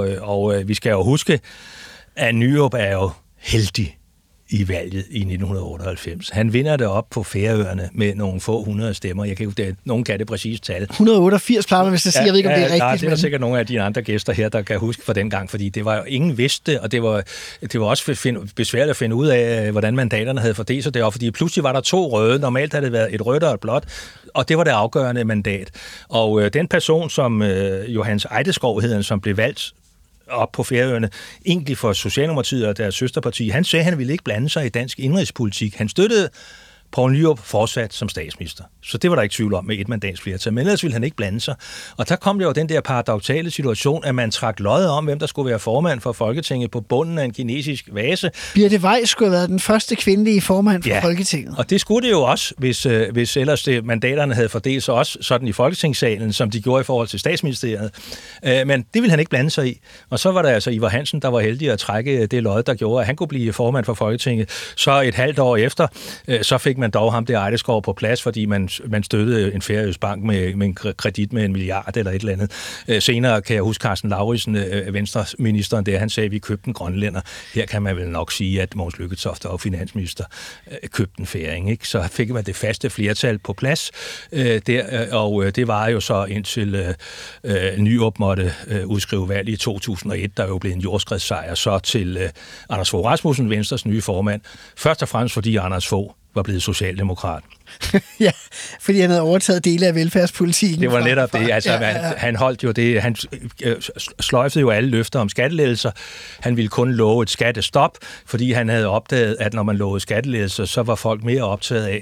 og vi skal jo huske, at Nyrup er jo heldig i valget i 1998. Han vinder det op på Færøerne med nogle få 100 stemmer. Jeg kan ikke, nogen kan det præcise tal. 188 plejer man, hvis jeg siger, jeg ved ikke, om det er rigtigt. Nej, det er der sikkert nogle af de andre gæster her, der kan huske fra den gang, fordi det var jo ingen vidste, og det var også besværligt at finde ud af, hvordan mandaterne havde fordelt sig deroppe, fordi pludselig var der 2 røde. Normalt havde det været et rødt og et blåt, og det var det afgørende mandat. Og den person, som Johannes Eideskov hed, som blev valgt op på Færøerne, egentlig for Socialdemokratiet og deres søsterparti. Han sagde, at han ville ikke blande sig i dansk indrigspolitik. Han støttede Poul Nyrup fortsat som statsminister. Så det var der ikke tvivl om med et mandats flertal. Men ellers ville han ikke blande sig. Og der kom jo den der paradoksale situation, at man trak loddet om, hvem der skulle være formand for Folketinget på bunden af en kinesisk vase. Birthe Weiss skulle have været den første kvindelige formand for Folketinget. Og det skulle det jo også, hvis ellers mandaterne havde fordelt sig også sådan i Folketingssalen, som de gjorde i forhold til statsministeriet. Men det ville han ikke blande sig i. Og så var der altså Ivar Hansen, der var heldig at trække det lod, der gjorde, at han kunne blive formand for Folketinget. Så et halvt år efter, så fik man dog ham der Eideskov på plads, fordi man støttede en færøsk bank med en kredit med 1 milliard eller et eller andet. Senere kan jeg huske Carsten Lauritsen, Venstreministeren der, han sagde, at vi købte en grønlænder. Her kan man vel nok sige, at Mogens Lykketoft og finansminister købte en færing, ikke? Så fik man det faste flertal på plads der, og det var jo så indtil Nyrup måtte udskrive valg i 2001, der jo blev en jordskredssejr, så til Anders Fogh Rasmussen, Venstres nye formand. Først og fremmest fordi Anders Fogh var blevet socialdemokrat. Ja, fordi han havde overtaget dele af velfærdspolitikken. Det var netop det. Altså, han holdt jo det. Han sløjfede jo alle løfter om skattelettelser. Han ville kun love et skattestop, fordi han havde opdaget, at når man lovede skattelettelser, så var folk mere optaget af,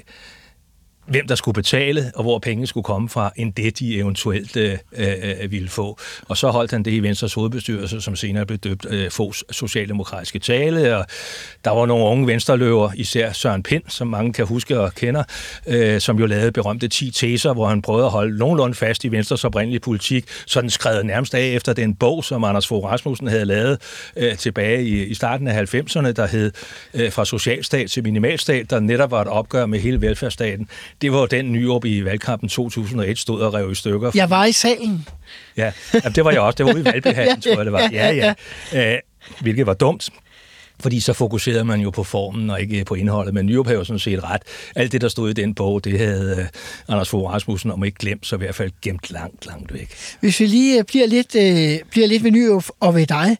hvem der skulle betale, og hvor pengene skulle komme fra, end det, de eventuelt ville få. Og så holdt han det i Venstres hovedbestyrelse, som senere blev døbt Foghs socialdemokratiske tale, og der var nogle unge venstreløver, især Søren Pind, som mange kan huske og kender, som jo lavede berømte 10 teser, hvor han prøvede at holde nogenlunde fast i Venstres oprindelige politik, så den skrev nærmest af efter den bog, som Anders Fogh Rasmussen havde lavet tilbage i starten af 90'erne, der hed Fra socialstat til minimalstat, der netop var et opgør med hele velfærdsstaten. Det var den Nyrup i valgkampen 2001 stod og rev i stykker. Jeg var i salen. Ja, det var jeg også. Det var ude i Valbyhallen, tror jeg det var. Ja. Hvilket var dumt. Fordi så fokuserede man jo på formen og ikke på indholdet, men Nyrup havde jo sådan set ret. Alt det, der stod i den bog, det havde Anders Fogh Rasmussen om ikke glemt, så i hvert fald gemt langt væk. Hvis vi lige bliver lidt ved Nyrup og ved dig.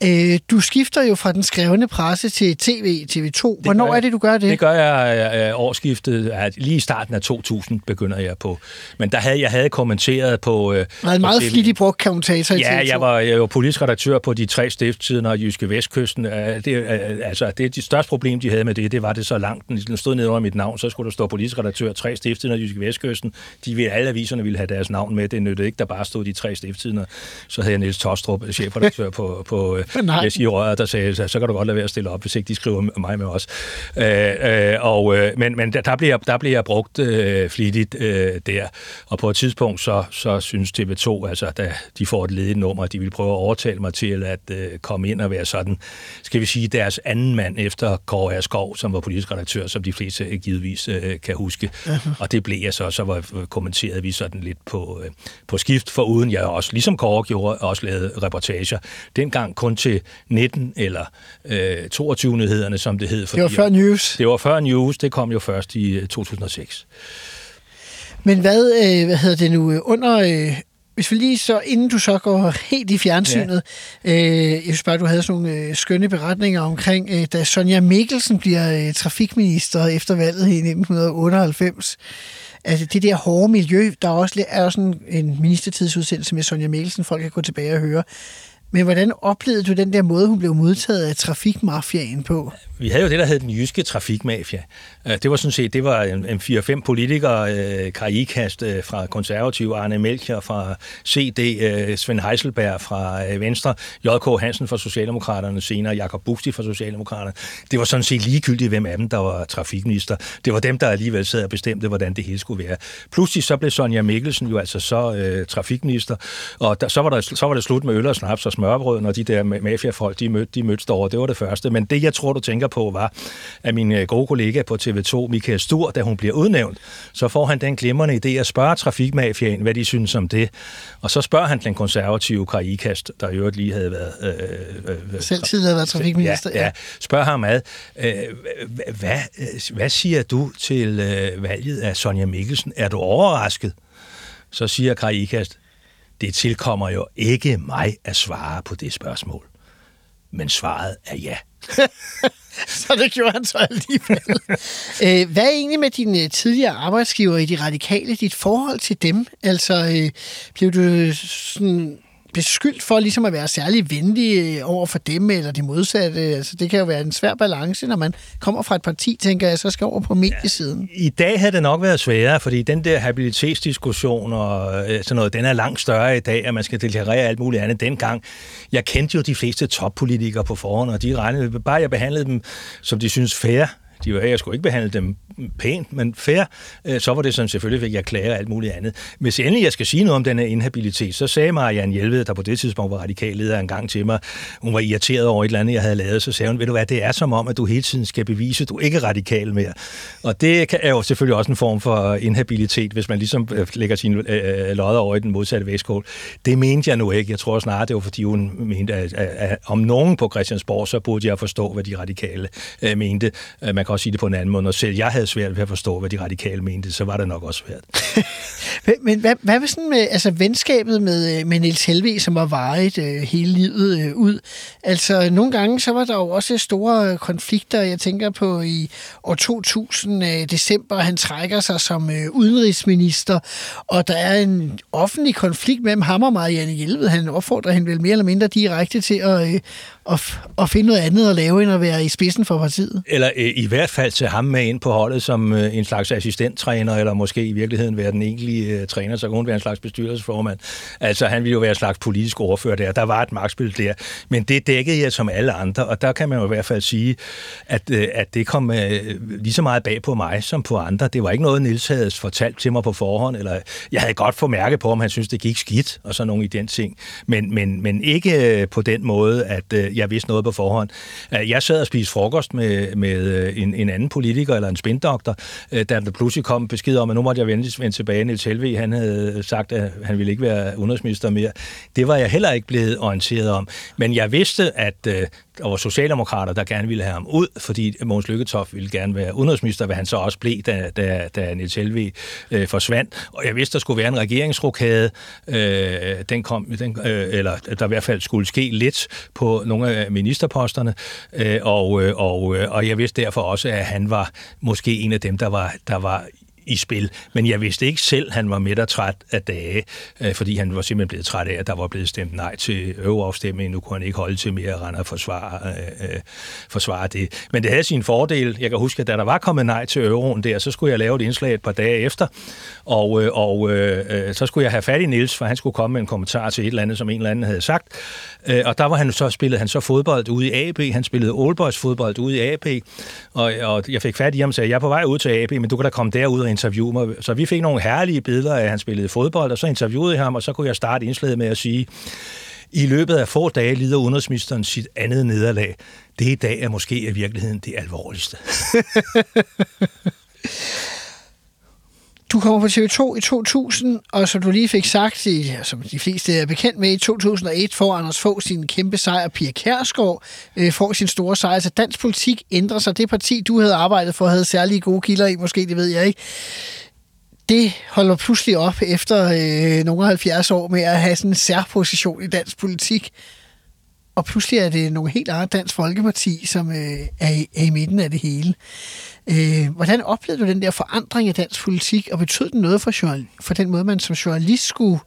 Du skifter jo fra den skrevne presse til TV2. Hvornår er det, du gør det? Det gør jeg årsskiftet. Lige i starten af 2000 begynder jeg på. Men jeg havde kommenteret på... en meget flittig brugt kommentator i TV2. Ja, jeg var jo politisk redaktør på de 3 stiftstider og Jyske Vestkysten. Det de største problem, de havde med det var det så langt. Den stod ned under mit navn, så skulle der stå politisk redaktør 3 stiftstider og Jyske Vestkysten. Alle aviserne ville have deres navn med. Det nyttede ikke, der bare stod de 3 stiftstider. Så havde jeg Niels Tostrup, chefredaktør på i røret, der sagde, så kan du godt lade være at stille op, hvis ikke de skriver mig med os. Men der bliver jeg brugt flittigt der. Og på et tidspunkt, så synes TV2, altså, da de får et ledigt nummer, at de vil prøve at overtale mig til at komme ind og være sådan, skal vi sige, deres anden mand efter Kåre Skov, som var politisk redaktør, som de fleste givetvis kan huske. Uh-huh. Og det blev jeg så kommenterede vi sådan lidt på skift, for uden jeg også, ligesom Kåre gjorde, også lavede reportager. Dengang kun til 19 eller 22-nyhederne, som det hed. Det var før News. Det var før News, det kom jo først i 2006. Men hvad hedder det nu under... Hvis vi lige så, inden du så går helt i fjernsynet, jeg synes bare, du havde sådan nogle skønne beretninger omkring, da Sonja Mikkelsen bliver trafikminister efter valget i 1998. Altså det der hårde miljø, der også er sådan en ministertidsudsendelse med Sonja Mikkelsen, folk kan gå tilbage og høre. Men hvordan oplevede du den der måde, hun blev modtaget af trafikmafiaen på? Vi havde jo det, der hed den jyske trafikmafia. Det var sådan set, det var en 4-5 politikere, Kari Ikast fra Konservative, Arne Melchior fra CD, Svend Heiselberg fra Venstre, J.K. Hansen fra Socialdemokraterne, senere Jakob Buxti fra Socialdemokraterne. Det var sådan set ligegyldigt, hvem af dem, der var trafikminister. Det var dem, der alligevel sad og bestemte, hvordan det hele skulle være. Pludselig så blev Sonja Mikkelsen jo altså så trafikminister, og så var det slut med øl og snaps og smørbrød, når de der mafiafolk, de mødtes derovre. Det var det første. Men det, jeg tror, du tænker på, var, at min gode kollega på TV2, Michael Stur, da hun bliver udnævnt, så får han den glimrende idé at spørge trafikmafiaen, hvad de synes om det. Og så spørger han den konservative Kari Ikast, der i øvrigt lige havde været... Selv tidligere havde været trafikminister. Ja. Spørger ham ad, hvad siger du til valget af Sonja Mikkelsen? Er du overrasket? Så siger Kari Ikast, det tilkommer jo ikke mig at svare på det spørgsmål. Men svaret er ja. Så det gjorde han så alligevel. Hvad er egentlig med dine tidligere arbejdsgiver i De Radikale, dit forhold til dem? Altså, blev du sådan beskyldt for ligesom at være særlig venlig over for dem, eller det modsatte? Altså, det kan jo være en svær balance, når man kommer fra et parti, tænker jeg, så skal over på mediesiden. I dag havde det nok været sværere, fordi den der habilitetsdiskussion og sådan noget, den er langt større i dag, at man skal deklarere alt muligt andet. Dengang, jeg kendte jo de fleste toppolitikere på forhånd, og de regnede, bare jeg behandlede dem, som de synes fair. Jeg skulle ikke behandle dem pænt, men fair, så var det sådan, selvfølgelig fik jeg klager og alt muligt andet. Hvis endelig jeg skal sige noget om den her inhabilitet, så sagde Marianne Jelved, der på det tidspunkt var radikal leder, en gang til mig, hun var irriteret over et eller andet, jeg havde lavet, så sagde hun, ved du hvad, det er som om, at du hele tiden skal bevise, at du ikke er radikal mere. Og det er jo selvfølgelig også en form for inhabilitet, hvis man ligesom lægger sine lodder over i den modsatte vægtskål. Det mente jeg nu ikke. Jeg tror snarere, det var fordi hun mente, at om nogen på Christiansborg, så burde jeg forstå, hvad de radikale mente. Man kan også sige det på en anden måde. Når selv jeg havde svært ved at forstå, hvad de radikale mente, så var det nok også svært. Men hvad med sådan med venskabet med Niels Helveg, som var varigt hele livet ud? Altså, nogle gange, så var der jo også store konflikter. Jeg tænker på i år 2000, december, han trækker sig som udenrigsminister, og der er en offentlig konflikt mellem ham og Marianne Jelved. Han opfordrer hende vel mere eller mindre direkte til at finde noget andet at lave, end at være i spidsen for partiet. Eller i hvert fald til ham med ind på holdet som en slags assistenttræner, eller måske i virkeligheden være den egentlige træner, så kunne hun være en slags bestyrelsesformand. Altså, han ville jo være en slags politisk ordfører der. Der var et magtspil der, men det dækkede jeg som alle andre, og der kan man jo i hvert fald sige, at det kom lige så meget bag på mig som på andre. Det var ikke noget, Niels havde fortalt til mig på forhånd, eller jeg havde godt få mærke på, om han synes det gik skidt, og sådan nogle i den ting. Men ikke på den måde, at jeg vidste noget på forhånd. Jeg sad og spiste frokost med en anden politiker, eller en spindoktor, da der pludselig kom besked om, at nu måtte jeg vende tilbage. Niels Helveg, han havde sagt, at han ville ikke være udenrigsminister mere. Det var jeg heller ikke blevet orienteret om. Men jeg vidste, at der var socialdemokrater, der gerne ville have ham ud, fordi Mogens Lykketoft ville gerne være udenrigsminister, hvad han så også blev, da Niels Helveg forsvandt. Og jeg vidste, der skulle være en regeringsrokade. Eller der i hvert fald skulle ske lidt på nogle af ministerposterne. Og jeg vidste derfor også, at han var måske en af dem, der var i spil. Men jeg vidste ikke selv, at han var midt og træt af dage, fordi han var simpelthen blevet træt af, at der var blevet stemt nej til euroafstemningen. Nu kunne han ikke holde til mere at rende og forsvare det. Men det havde sin fordel. Jeg kan huske, at da der var kommet nej til euroen der, så skulle jeg lave et indslag et par dage efter, og så skulle jeg have fat i Niels, for han skulle komme med en kommentar til et eller andet, som en eller anden havde sagt. Og der var spillede han så fodbold ude i AB. Han spillede Oldboys fodbold ude i AB, og jeg fik fat i ham og sagde, jeg er på vej ud til AB, men du kan da komme derud og interviewe mig. Så vi fik nogle herlige billeder af, at han spillede fodbold, og så interviewede jeg ham, og så kunne jeg starte indslaget med at sige, i løbet af få dage lider udenrigsministeren sit andet nederlag. Det i dag er måske i virkeligheden det alvorligste. Du kommer på TV2 i 2000, og som du lige fik sagt, som de fleste er bekendt med, i 2001 får Anders Fogh sin kæmpe sejr. Pia Kjærsgaard får sin store sejr. Så dansk politik ændrer sig. Det parti, du havde arbejdet for, havde særlige gode kilder i, måske, det ved jeg ikke. Det holder pludselig op efter nogle 70 år med at have sådan en særposition i dansk politik. Og pludselig er det nogle helt andre Dansk Folkeparti, som er i midten af det hele. Hvordan oplevede du den der forandring af dansk politik, og betød den noget for den måde, man som journalist skulle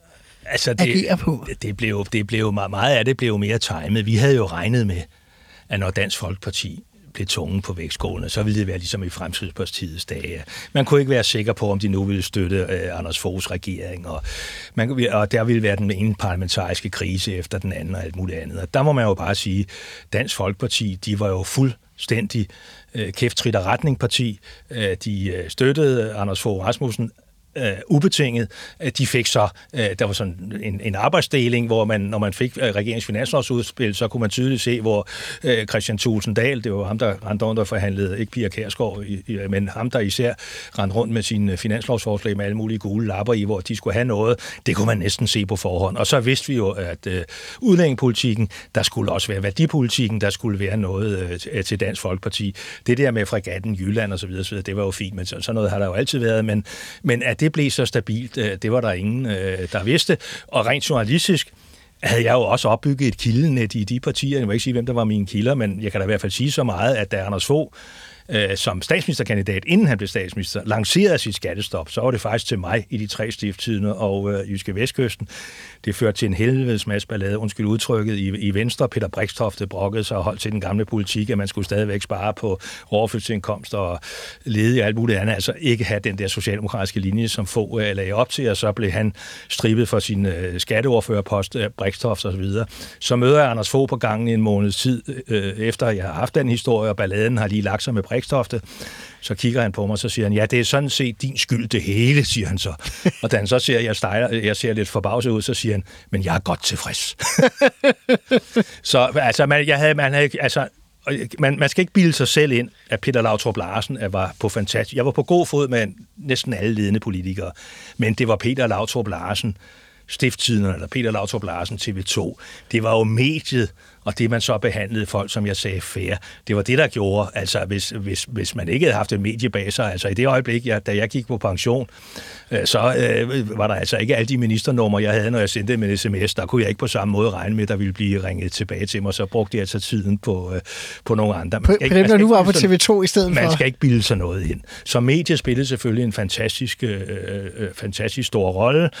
agere på? Det blev meget af det blev mere timet. Vi havde jo regnet med, at når Dansk Folkeparti blev tvunget på vægtskålene, så ville det være ligesom i Fremskridtspartiets dage. Man kunne ikke være sikker på, om de nu ville støtte Anders Foghs regering, og der ville være den ene parlamentariske krise efter den anden og alt muligt andet. Og der må man jo bare sige, Dansk Folkeparti, de var jo fuldstændig kæft-trit og retning-parti. De støttede Anders Fogh Rasmussen ubetinget. De fik så, der var sådan en arbejdsdeling, hvor man, når man fik regeringens finanslovsudspil, så kunne man tydeligt se, hvor Kristian Thulesen Dahl, det var ham, der rendte rundt og forhandlede, ikke Pia Kjærsgaard, men ham, der især rendte rundt med sine finanslovsforslag med alle mulige gule lapper i, hvor de skulle have noget. Det kunne man næsten se på forhånd. Og så vidste vi jo, at udlændingepolitikken, der skulle også være værdipolitikken, der skulle være noget til Dansk Folkeparti. Det der med fregatten Jylland og så videre, det var jo fint, men sådan noget har der jo altid været, men at det blev så stabilt, det var der ingen, der vidste. Og rent journalistisk havde jeg jo også opbygget et kildenet i de partier. Jeg må ikke sige, hvem der var mine kilder, men jeg kan da i hvert fald sige så meget, at da Anders Fogh som statsministerkandidat, inden han blev statsminister, lancerede sit skattestop, så var det faktisk til mig i de 3 Stiftstidende og Jyske Vestkysten. Det førte til en helvedes masse ballade, undskyld udtrykket, i Venstre. Peter Brixtofte brokkede sig og holdt til den gamle politik, at man skulle stadigvæk spare på overførselsindkomst og lede og alt muligt andet, altså ikke have den der socialdemokratiske linje, som Fogh lagde op til, og så blev han strippet for sin skatteordførerpost, Brixtofte og så videre. Så møder jeg Anders Fogh på gangen i en måneds tid, efter jeg har haft den historie, og balladen har lige lagt sig med Brixtofte. Så kigger han på mig, og så siger han, ja, det er sådan set din skyld det hele, siger han så. Og da han så ser, jeg ser lidt forbavset ud, så siger han, men jeg er godt tilfreds. Så altså, man skal ikke bilde sig selv ind, at Peter Lautrup Larsen var på fantastisk. Jeg var på god fod med næsten alle ledende politikere, men det var Peter Lautrup Larsen, Stiftstidende, eller Peter Lautrup Larsen, TV2. Det var jo mediet, og det man så behandlede folk, som jeg sagde, fair. Det var det, der gjorde, altså hvis man ikke havde haft et medie bag sig, altså i det øjeblik, da jeg gik på pension, så var der altså ikke alle de ministernumre, jeg havde, når jeg sendte med en sms. Der kunne jeg ikke på samme måde regne med, at der ville blive ringet tilbage til mig, så brugte jeg altså tiden på nogle andre. På dem, der nu var på TV2 i stedet for? Man skal ikke bilde sig noget ind. Så medier spillede selvfølgelig en fantastisk stor rolle,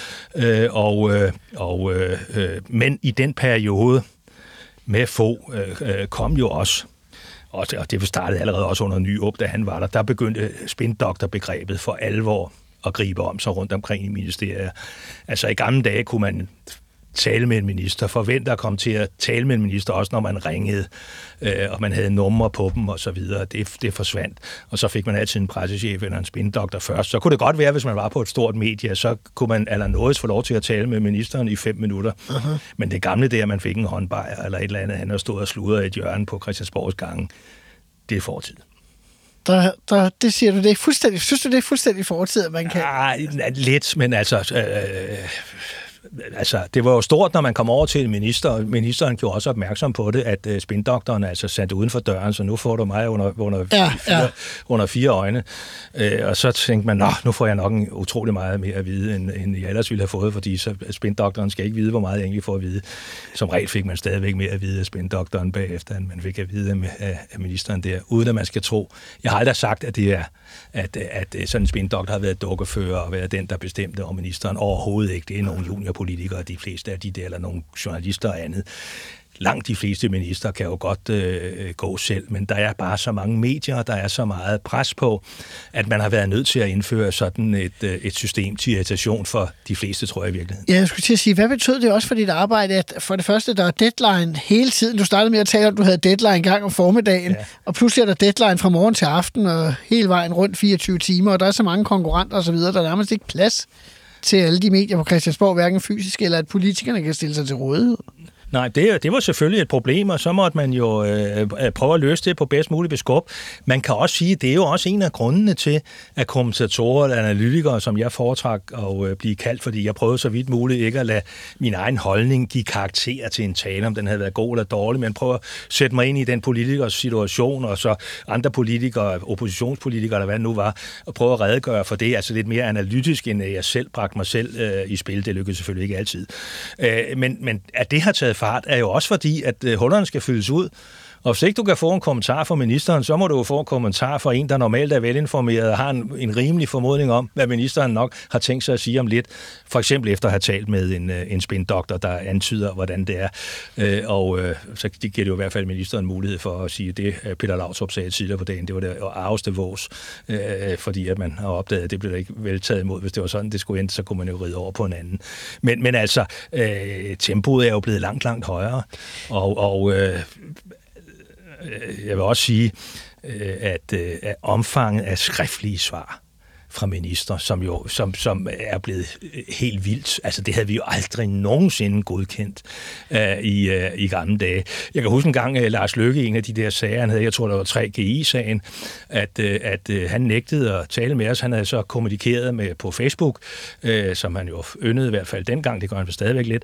men i den periode med Fogh kom jo også, og det startede allerede også under Nyrup, da han var der begyndte spindoktorbegrebet for alvor at gribe om sig rundt omkring i ministeriet. Altså i gamle dage kunne man tale med en minister, forvente at komme til at tale med en minister, også når man ringede, og man havde numre på dem og så videre. Det forsvandt. Og så fik man altid en pressechef eller en spindoktor først. Så kunne det godt være, hvis man var på et stort medie, så kunne man allernådes få lov til at tale med ministeren i 5 minutter. Uh-huh. Men det gamle der, man fik en håndbajer eller et eller andet, han har stået og sludret i et hjørne på Christiansborgs gange, det er fortid. Det siger du, det er fuldstændig, synes du, det er fuldstændig fortid, at man kan? Lidt, men altså, det var jo stort, når man kom over til en minister. Ministeren gjorde også opmærksom på det, at spindoktoren altså satte uden for døren, så nu får du mig under 4 øjne. Og så tænkte man, nu får jeg nok utrolig meget mere at vide, end jeg ellers ville have fået, fordi så spindoktoren skal ikke vide, hvor meget jeg egentlig får at vide. Som regel fik man stadigvæk mere at vide af spindoktoren bagefter, end man fik at vide af ministeren der, uden at man skal tro. Jeg har aldrig sagt, at det er at sådan en spindoktor har været dukkefører og været den, der bestemte over ministeren. Overhovedet ikke. Det er nogle juniorpolitikere, de fleste af de der, eller nogle journalister og andet. Langt de fleste minister kan jo godt gå selv, men der er bare så mange medier, og der er så meget pres på, at man har været nødt til at indføre sådan et system til irritation for de fleste, tror jeg i virkeligheden. Ja, jeg skulle til at sige, hvad betød det også for dit arbejde, at for det første, der er deadline hele tiden. Du startede med at tale om, at du havde deadline en gang om formiddagen, og pludselig er der deadline fra morgen til aften, og hele vejen rundt 24 timer, og der er så mange konkurrenter osv., der er nærmest ikke plads til alle de medier på Christiansborg, hverken fysisk eller at politikerne kan stille sig til rådighed. Nej, det var selvfølgelig et problem, og så måtte man jo prøve at løse det på bedst mulig beskub. Man kan også sige, at det er jo også en af grundene til, at kommentatorer og analytikere, som jeg foretrak at blive kaldt, fordi jeg prøvede så vidt muligt ikke at lade min egen holdning give karakter til en tale, om den havde været god eller dårlig, men prøve at sætte mig ind i den politikers situation, og så andre politikere, oppositionspolitikere, eller hvad det nu var, og prøve at redegøre for det, altså lidt mere analytisk, end jeg selv bragte mig selv i spil. Det lykkedes selvfølgelig ikke altid. Men at det har taget fart er jo også fordi, at hullerne skal fyldes ud, Og hvis ikke du kan få en kommentar fra ministeren, så må du få en kommentar fra en, der normalt er velinformeret og har en rimelig formodning om, hvad ministeren nok har tænkt sig at sige om lidt. For eksempel efter at have talt med en spindoktor, der antyder, hvordan det er. Så det giver det jo i hvert fald ministeren mulighed for at sige, det Peter Lautrup sagde tidligere på dagen, det var det arveste vås, fordi at man har opdaget, at det blev ikke veltaget imod. Hvis det var sådan, det skulle ende, så kunne man jo ride over på en anden. Men altså, tempoet er jo blevet langt højere, og jeg vil også sige, at omfanget af skriftlige svar fra minister, som er blevet helt vildt. Altså, det havde vi jo aldrig nogensinde godkendt i gamle dage. Jeg kan huske en gang, Lars Løkke, en af de der sager, han havde, jeg tror, der var 3GI-sagen, at han nægtede at tale med os. Han havde så kommunikeret med på Facebook, som han jo yndede i hvert fald dengang, det gør han stadigvæk lidt.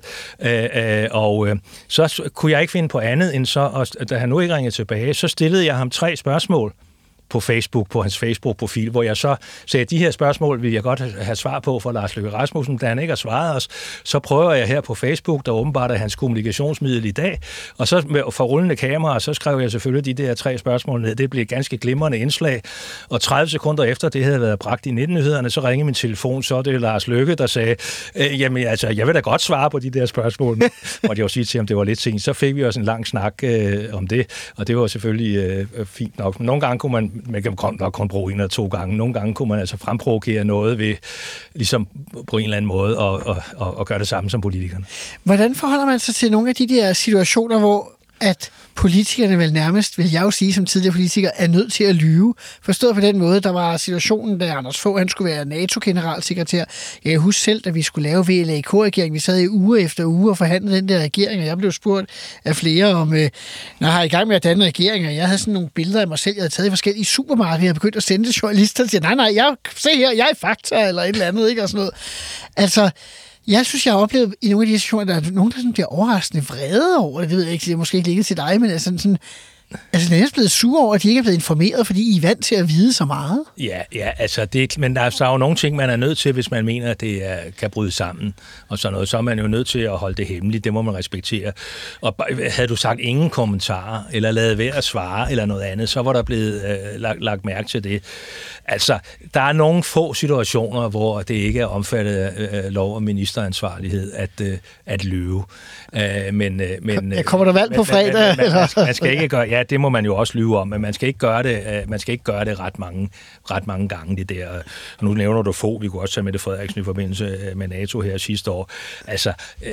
Så kunne jeg ikke finde på andet end så, og da han nu ikke ringede tilbage, så stillede jeg ham 3 spørgsmål på Facebook, på hans Facebook-profil, hvor jeg så sagde, at de her spørgsmål vil jeg godt have svar på fra Lars Løkke Rasmussen. Da han ikke har svaret os, så prøver jeg her på Facebook, der åbenbart er hans kommunikationsmiddel i dag, og så for rullende kamera, så skrev jeg selvfølgelig de der 3 spørgsmål ned. Det blev et ganske glimrende indslag, og 30 sekunder efter det havde været bragt i 19-nyhederne, så ringede min telefon, så det Lars Løkke, der sagde, jamen altså, jeg vil da godt svare på de der spørgsmål, og jeg vil sige til ham, det var lidt sent. Så fik vi også en lang snak om det, og det var selvfølgelig fint nok. Nogle gange kunne man kan nok kun bruge 1 eller 2 gange. Nogle gange kunne man altså fremprovokere noget ved, ligesom på en eller anden måde, og gøre det samme som politikerne. Hvordan forholder man sig til nogle af de der situationer, hvor at politikerne vel nærmest, vil jeg jo sige som tidligere politiker, er nødt til at lyve. Forstået på den måde, der var situationen, da Anders Fogh, han skulle være NATO-generalsekretær. Jeg kan huske selv, da vi skulle lave VLAK-regeringen, vi sad i uge efter uge og forhandlede den der regering, og jeg blev spurgt af flere om, når jeg har i gang med at danne regering, og jeg havde sådan nogle billeder af mig selv, jeg havde taget i forskellige supermarkeder, jeg begyndte at sende til journalister og sige, nej, se her, jeg er Fakta, eller et eller andet, ikke, og sådan noget. Altså, jeg synes, jeg har oplevet i nogle af de situationer, der er nogen, der sådan bliver overraskende vrede over det. Det ved jeg ikke, det er måske ikke ligget til dig, men altså den er blevet sur over, at de ikke er blevet informeret, fordi I er vant til at vide så meget. Ja, altså men der er jo nogle ting, man er nødt til, hvis man mener, at det kan bryde sammen og sådan noget. Så er man jo nødt til at holde det hemmeligt. Det må man respektere. Og havde du sagt ingen kommentarer, eller lavet være at svare, eller noget andet, så var der blevet lagt mærke til det. Altså, der er nogle få situationer, hvor det ikke er omfattet af lov om ministeransvarlighed at lyve. Men kommer der valg på fredag? Man skal ikke gøre, ja, det må man jo også lyve om, men man skal ikke gøre det ret mange gange det der. Og nu nævner du Fogh, vi kunne også tage Mette Frederiksen i forbindelse med NATO her sidste år. Altså,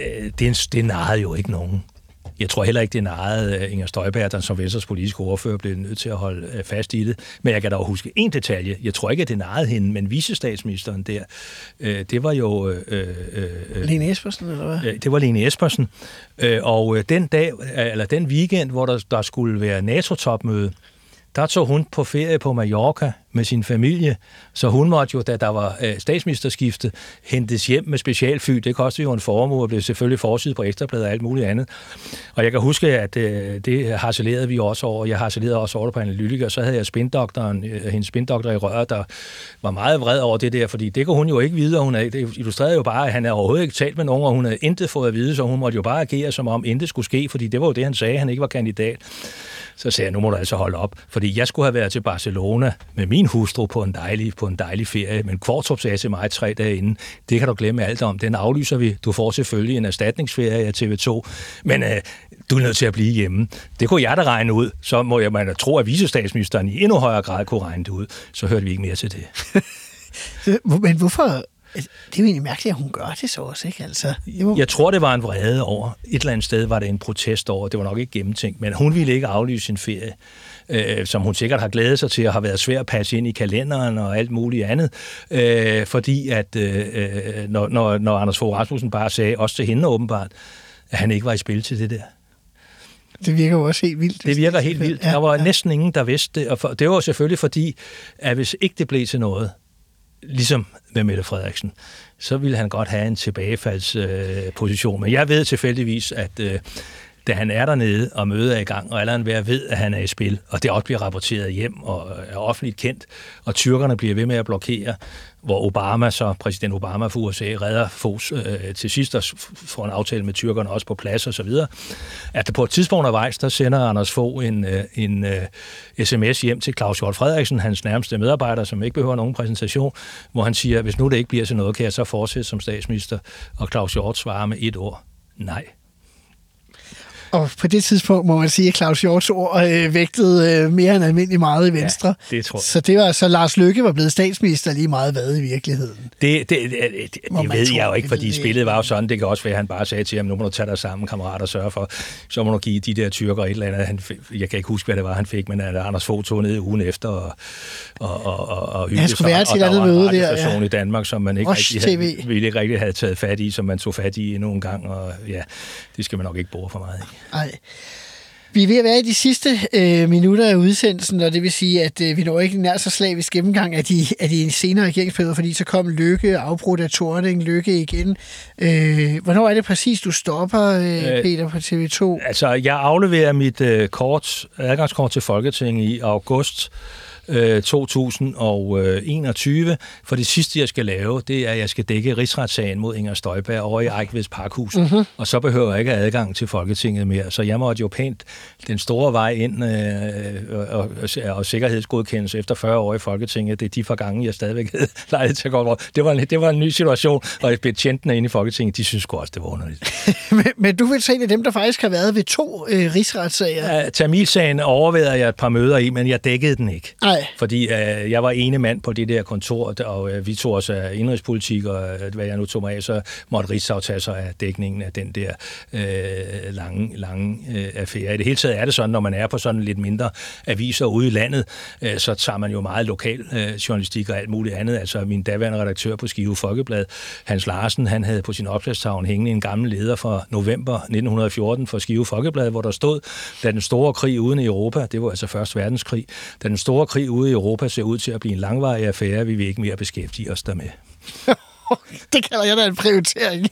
det narrede jo ikke nogen. Jeg tror heller ikke, det narrede Inger Støjberg, der som Venstres politiske ordfører blev nødt til at holde fast i det. Men jeg kan dog huske en detalje. Jeg tror ikke, at det narrede hende, men vicestatsministeren der, det var jo... Lene Espersen, eller hvad? Det var Lene Espersen. Og den dag, eller den weekend, hvor der skulle være NATO-topmøde, der tog hun på ferie på Mallorca med sin familie, så hun måtte jo, da der var statsministerskifte, hentes hjem med specialfly. Det kostede jo en formue og blev selvfølgelig forside på Ekstrabladet og alt muligt andet. Og jeg kan huske, at det harcelerede vi også over. Jeg harcelerede også over det på Analytiker. Så havde jeg hendes spindoktor i røret, der var meget vred over det der, fordi det kunne hun jo ikke vide, og det illustrerede jo bare, at han havde overhovedet ikke talt med nogen, og hun havde intet fået at vide, så hun måtte jo bare agere, som om intet skulle ske, fordi det var jo det, han sagde, han ikke var kandidat. Så sagde jeg, nu må du altså holde op, fordi jeg skulle have været til Barcelona med min hustru på en dejlig ferie, men Kvartrup sagde til mig 3 dage inden, det kan du glemme alt om, den aflyser vi, du får selvfølgelig en erstatningsferie af TV2, men du er nødt til at blive hjemme. Det kunne jeg da regne ud, så må man tro, at vicestatsministeren i endnu højere grad kunne regne det ud, så hørte vi ikke mere til det. Men hvorfor? Det er jo egentlig mærkeligt, at hun gør det så også, ikke? Altså, Jeg tror, det var en vrede over. Et eller andet sted var det en protest over. Det var nok ikke gennemtænkt, men hun ville ikke aflyse sin ferie, som hun sikkert har glædet sig til og har været svær at passe ind i kalenderen og alt muligt andet. Fordi at når Anders Fogh Rasmussen bare sagde, også til hende åbenbart, at han ikke var i spil til det der. Det virker jo også helt vildt. Det virker helt vildt. Der var næsten ingen, der vidste det. Og det var selvfølgelig fordi, at hvis ikke det blev til noget, ligesom med Mette Frederiksen, så ville han godt have en tilbagefaldsposition. Men jeg ved tilfældigvis, at da han er dernede, og mødet er i gang, og alle enhver ved, at han er i spil, og det også bliver rapporteret hjem og er offentligt kendt, og tyrkerne bliver ved med at blokere, hvor præsident Obama for USA, redder Foghs til sidst og får en aftale med tyrkerne også på plads og så videre. At på et tidspunkt undervejs, der sender Anders Fogh en sms hjem til Claus Hjort Frederiksen, hans nærmeste medarbejder, som ikke behøver nogen præsentation, hvor han siger, hvis nu det ikke bliver til noget, kan jeg så fortsætte som statsminister? Og Claus Hjort svarer med et ord: nej. Og på det tidspunkt må man sige, at Claus Hjorts ord vægtede mere end almindeligt meget i Venstre. Ja, det tror jeg. Så det var så Lars Løkke var blevet statsminister lige meget hvad i virkeligheden. Det ved jeg jo ikke, fordi spillet var jo sådan. Det kan også være, at han bare sagde til ham, nu må du tage dig sammen, kammerat, og sørge for, så må du give de der tyrker et eller andet. Jeg kan ikke huske, hvad det var, han fik, men Anders Fogh tog ned ugen efter og hyggede sig. Og der var en radiostation i Danmark, som man ikke rigtig havde taget fat i, som man tog fat i endnu en gang, og ja, det skal man nok ikke bruge for meget i. Nej. Vi er ved at være i de sidste minutter af udsendelsen, og det vil sige, at vi når ikke nær så slavisk gennemgang af de senere regeringsperioder, fordi så kom Løkke, afbrudt af Thorning, Løkke igen. Hvornår er det præcis, du stopper, Peter, på TV2? Altså, jeg afleverer mit adgangskort til Folketinget i august 2021, for det sidste, jeg skal lave, det er, at jeg skal dække rigsretssagen mod Inger Støjberg over i Eigtveds Parkhus, og så behøver jeg ikke adgang til Folketinget mere, så jeg måtte jo pænt den store vej ind og sikkerhedsgodkendelse efter 40 år i Folketinget. Det er de gange, jeg stadigvæk havde lejlighed til at gå over. Det var en ny situation, og betjentene inde i Folketinget, de synes også, det var underligt. men du vil se, det dem, der faktisk har været ved 2 rigsretssager? Ja, Tamilsagen overvejede jeg et par møder i, men jeg dækkede den ikke. Fordi jeg var ene mand på det der kontor, og vi tog os af indrigspolitik, og hvad jeg nu tog mig af, så måtte Ritzau tage sig af dækningen af den der lange affære. I det hele taget er det sådan, når man er på sådan lidt mindre aviser ude i landet, så tager man jo meget lokal journalistik og alt muligt andet. Altså min daværende redaktør på Skive Folkeblad, Hans Larsen, han havde på sin opslagstavle hængende en gammel leder fra november 1914 for Skive Folkeblad, hvor der stod, da den store krig uden i Europa, det var altså Første Verdenskrig, da den store krig ude i Europa ser ud til at blive en langvarig affære, vi vil ikke mere beskæftige os dermed. Det kalder jeg da en prioritering.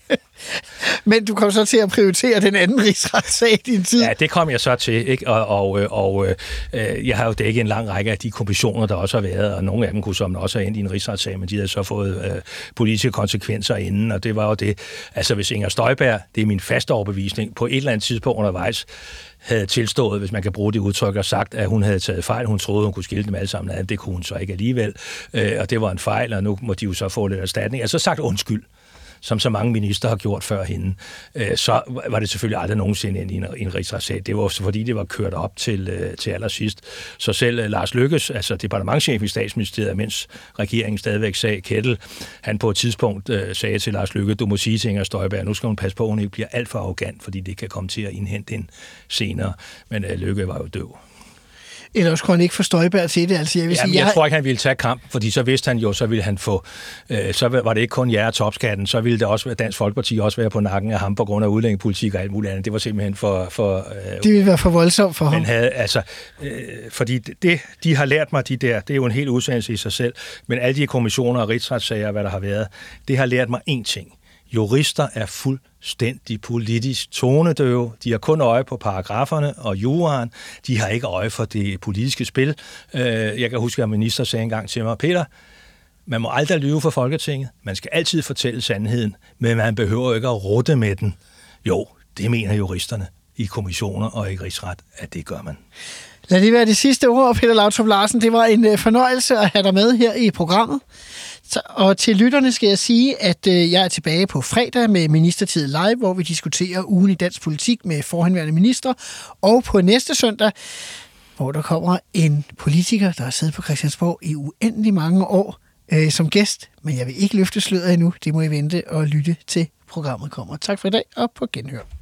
Men du kom så til at prioritere den anden rigsretssag i din tid. Ja, det kom jeg så til, ikke? Og jeg har jo dækket en lang række af de kommissioner, der også har været, og nogle af dem kunne som også have endt i en rigsretssag, men de havde så fået politiske konsekvenser inden, og det var jo det. Altså hvis Inger Støjberg, det er min faste overbevisning, på et eller andet tidspunkt undervejs, havde tilstået, hvis man kan bruge det udtryk, og sagt, at hun havde taget fejl. Hun troede, hun kunne skille dem alle sammen ad. Det kunne hun så ikke alligevel. Og det var en fejl, og nu må de jo så få lidt erstatning. Altså sagt undskyld, som så mange minister har gjort før hende. Så var det selvfølgelig aldrig nogensinde ind i en rigsretssag. Det var fordi, det var kørt op til allersidst. Så selv Lars Løkkes, altså departementschef i Statsministeriet, mens regeringen stadigvæk sagde Kettel, han på et tidspunkt sagde til Lars Løkke, du må sige til Inger Støjberg, nu skal hun passe på, at hun ikke bliver alt for arrogant, fordi det kan komme til at indhente hende senere. Men Løkke var jo døv. Ellers kunne han ikke få Støjberg til det. Altså, jeg tror ikke, han ville tage kamp, fordi så vidste han jo, så ville han få, så var det ikke kun jer topskatten, så ville det også være Dansk Folkeparti også være på nakken af ham på grund af udlændingepolitik og alt muligt andet. Det var simpelthen for det ville være for voldsomt for ham. Fordi det, de har lært mig, det er jo en hel udsendelse i sig selv, men alle de kommissioner og rigsretssager, hvad der har været, det har lært mig én ting. Jurister er fuldstændig politisk tonedøve. De har kun øje på paragraferne og juraen. De har ikke øje for det politiske spil. Jeg kan huske, at minister sagde engang til mig, Peter, man må aldrig lyve for Folketinget. Man skal altid fortælle sandheden, men man behøver ikke at rutte med den. Jo, det mener juristerne i kommissioner og i rigsret, at det gør man. Lad det være det sidste ord, Peter Lautrup Larsen. Det var en fornøjelse at have dig med her i programmet. Og til lytterne skal jeg sige, at jeg er tilbage på fredag med Ministertid Live, hvor vi diskuterer ugen i dansk politik med forhenværende minister. Og på næste søndag, hvor der kommer en politiker, der har siddet på Christiansborg i uendelig mange år som gæst. Men jeg vil ikke løfte sløret endnu. Det må I vente og lytte til programmet kommer. Tak for i dag, og på genhør.